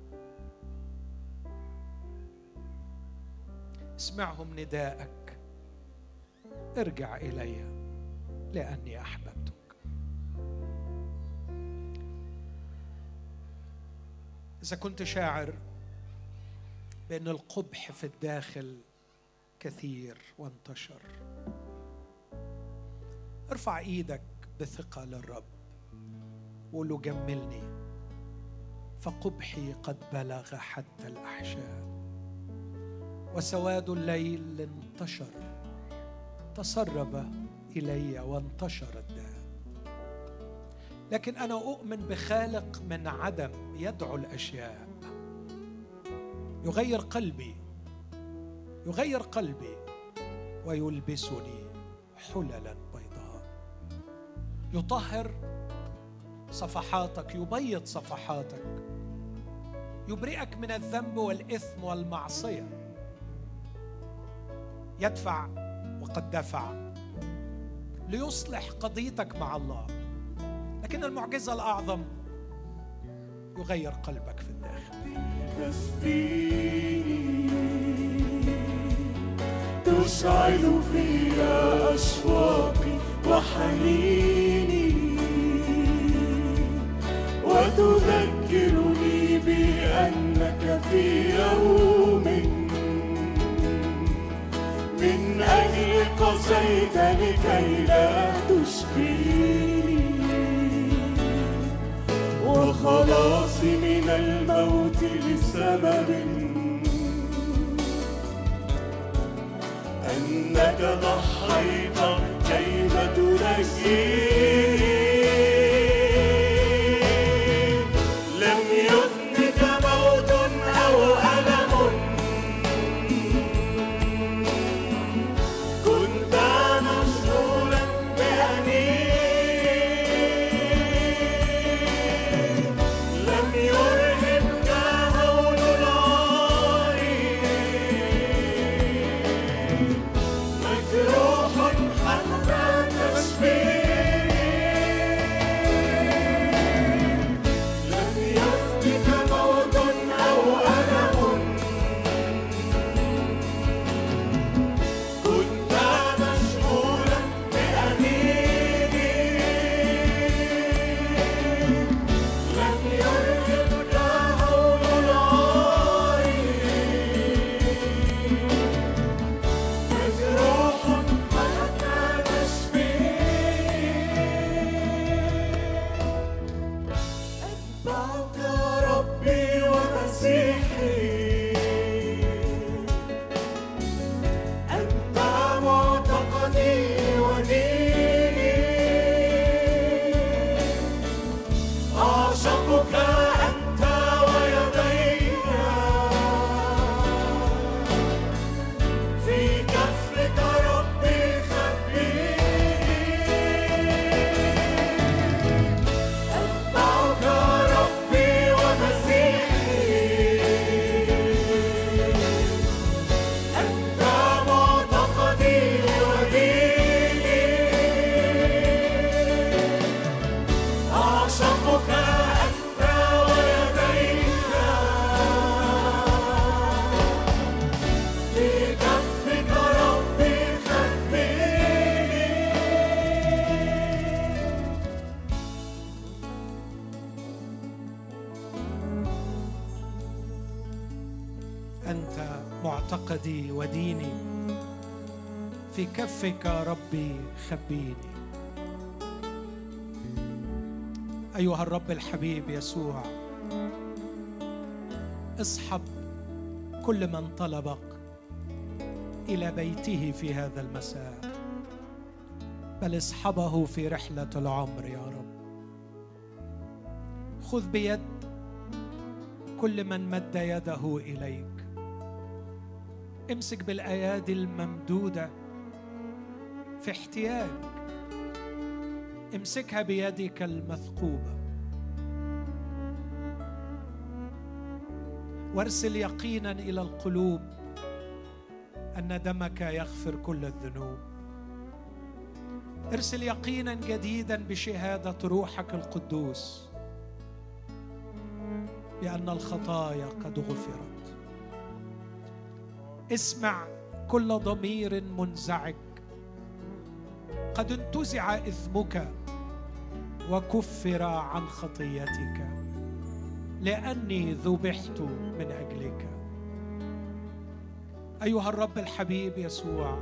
اسمعهم نداءك، ارجع إلي لأني أحببتك. إذا كنت شاعر بأن القبح في الداخل كثير وانتشر، ارفع ايدك بثقة للرب وقول له جملني، فقبحي قد بلغ حتى الأحشاء وسواد الليل انتشر، تسرب إلي وانتشر الداء. لكن أنا أؤمن بخالق من عدم يدعو الأشياء، يغير قلبي ويلبسني حللا بيضاء، يطهر صفحاتك، يبيض صفحاتك، يبرئك من الذنب والإثم والمعصية، يدفع وقد دفع ليصلح قضيتك مع الله. لكن المعجزة الأعظم يغير قلبك في الداخل. تشعل في أشواقي وحنيني وتذكرني بأنك في يوم من أجل قسيت لكي لا تشفيني، وخلاصي من الموت لسبب أنك ضحيت كيما تنجيني. لم يثنك موت أو ألم، كنت مشغولا بأنين. لم يرهبك هول العار، مجروح أنت معتقدي وديني، في كفك ربي خبيني. أيها الرب الحبيب يسوع، اصحب كل من طلبك إلى بيته في هذا المساء، بل اصحبه في رحلة العمر يا رب. خذ بيد كل من مد يده إليك، امسك بالأيادي الممدودة في احتياج، امسكها بيدك المثقوبة، وارسل يقينا إلى القلوب أن دمك يغفر كل الذنوب. ارسل يقينا جديدا بشهادة روحك القدوس بأن الخطايا قد غفرت. اسمع كل ضمير منزعج قد انتزع إثمك وكفر عن خطيتك، لأني ذبحت من أجلك. أيها الرب الحبيب يسوع،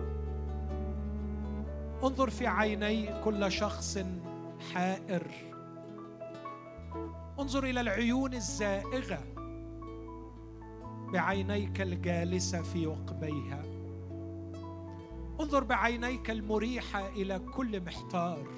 انظر في عيني كل شخص حائر، انظر إلى العيون الزائغة بعينيك الجالسة في وقبيها، انظر بعينيك المريحة إلى كل محتار،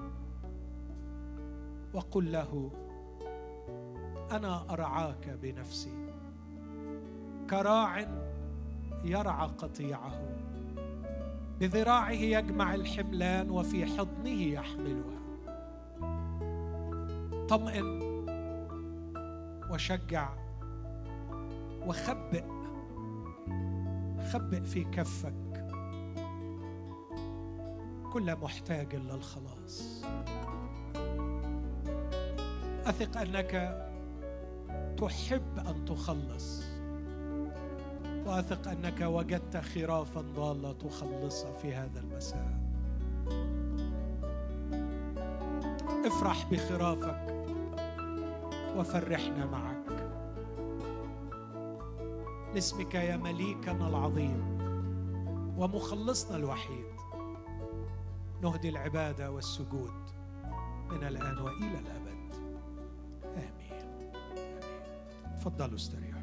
وقل له: أنا أرعاك بنفسي، كراع يرعى قطيعه، بذراعه يجمع الحملان وفي حضنه يحملها. طمئن وشجع وخبئ في كفك كل محتاج للخلاص. أثق أنك تحب أن تخلص، وأثق أنك وجدت خرافا ضالة تخلصها في هذا المساء. افرح بخرافك وفرحنا معك. لاسمك يا مليكنا العظيم ومخلصنا الوحيد نهدي العبادة والسجود من الآن وإلى الأبد. آمين. آمين. تفضلوا استريحوا.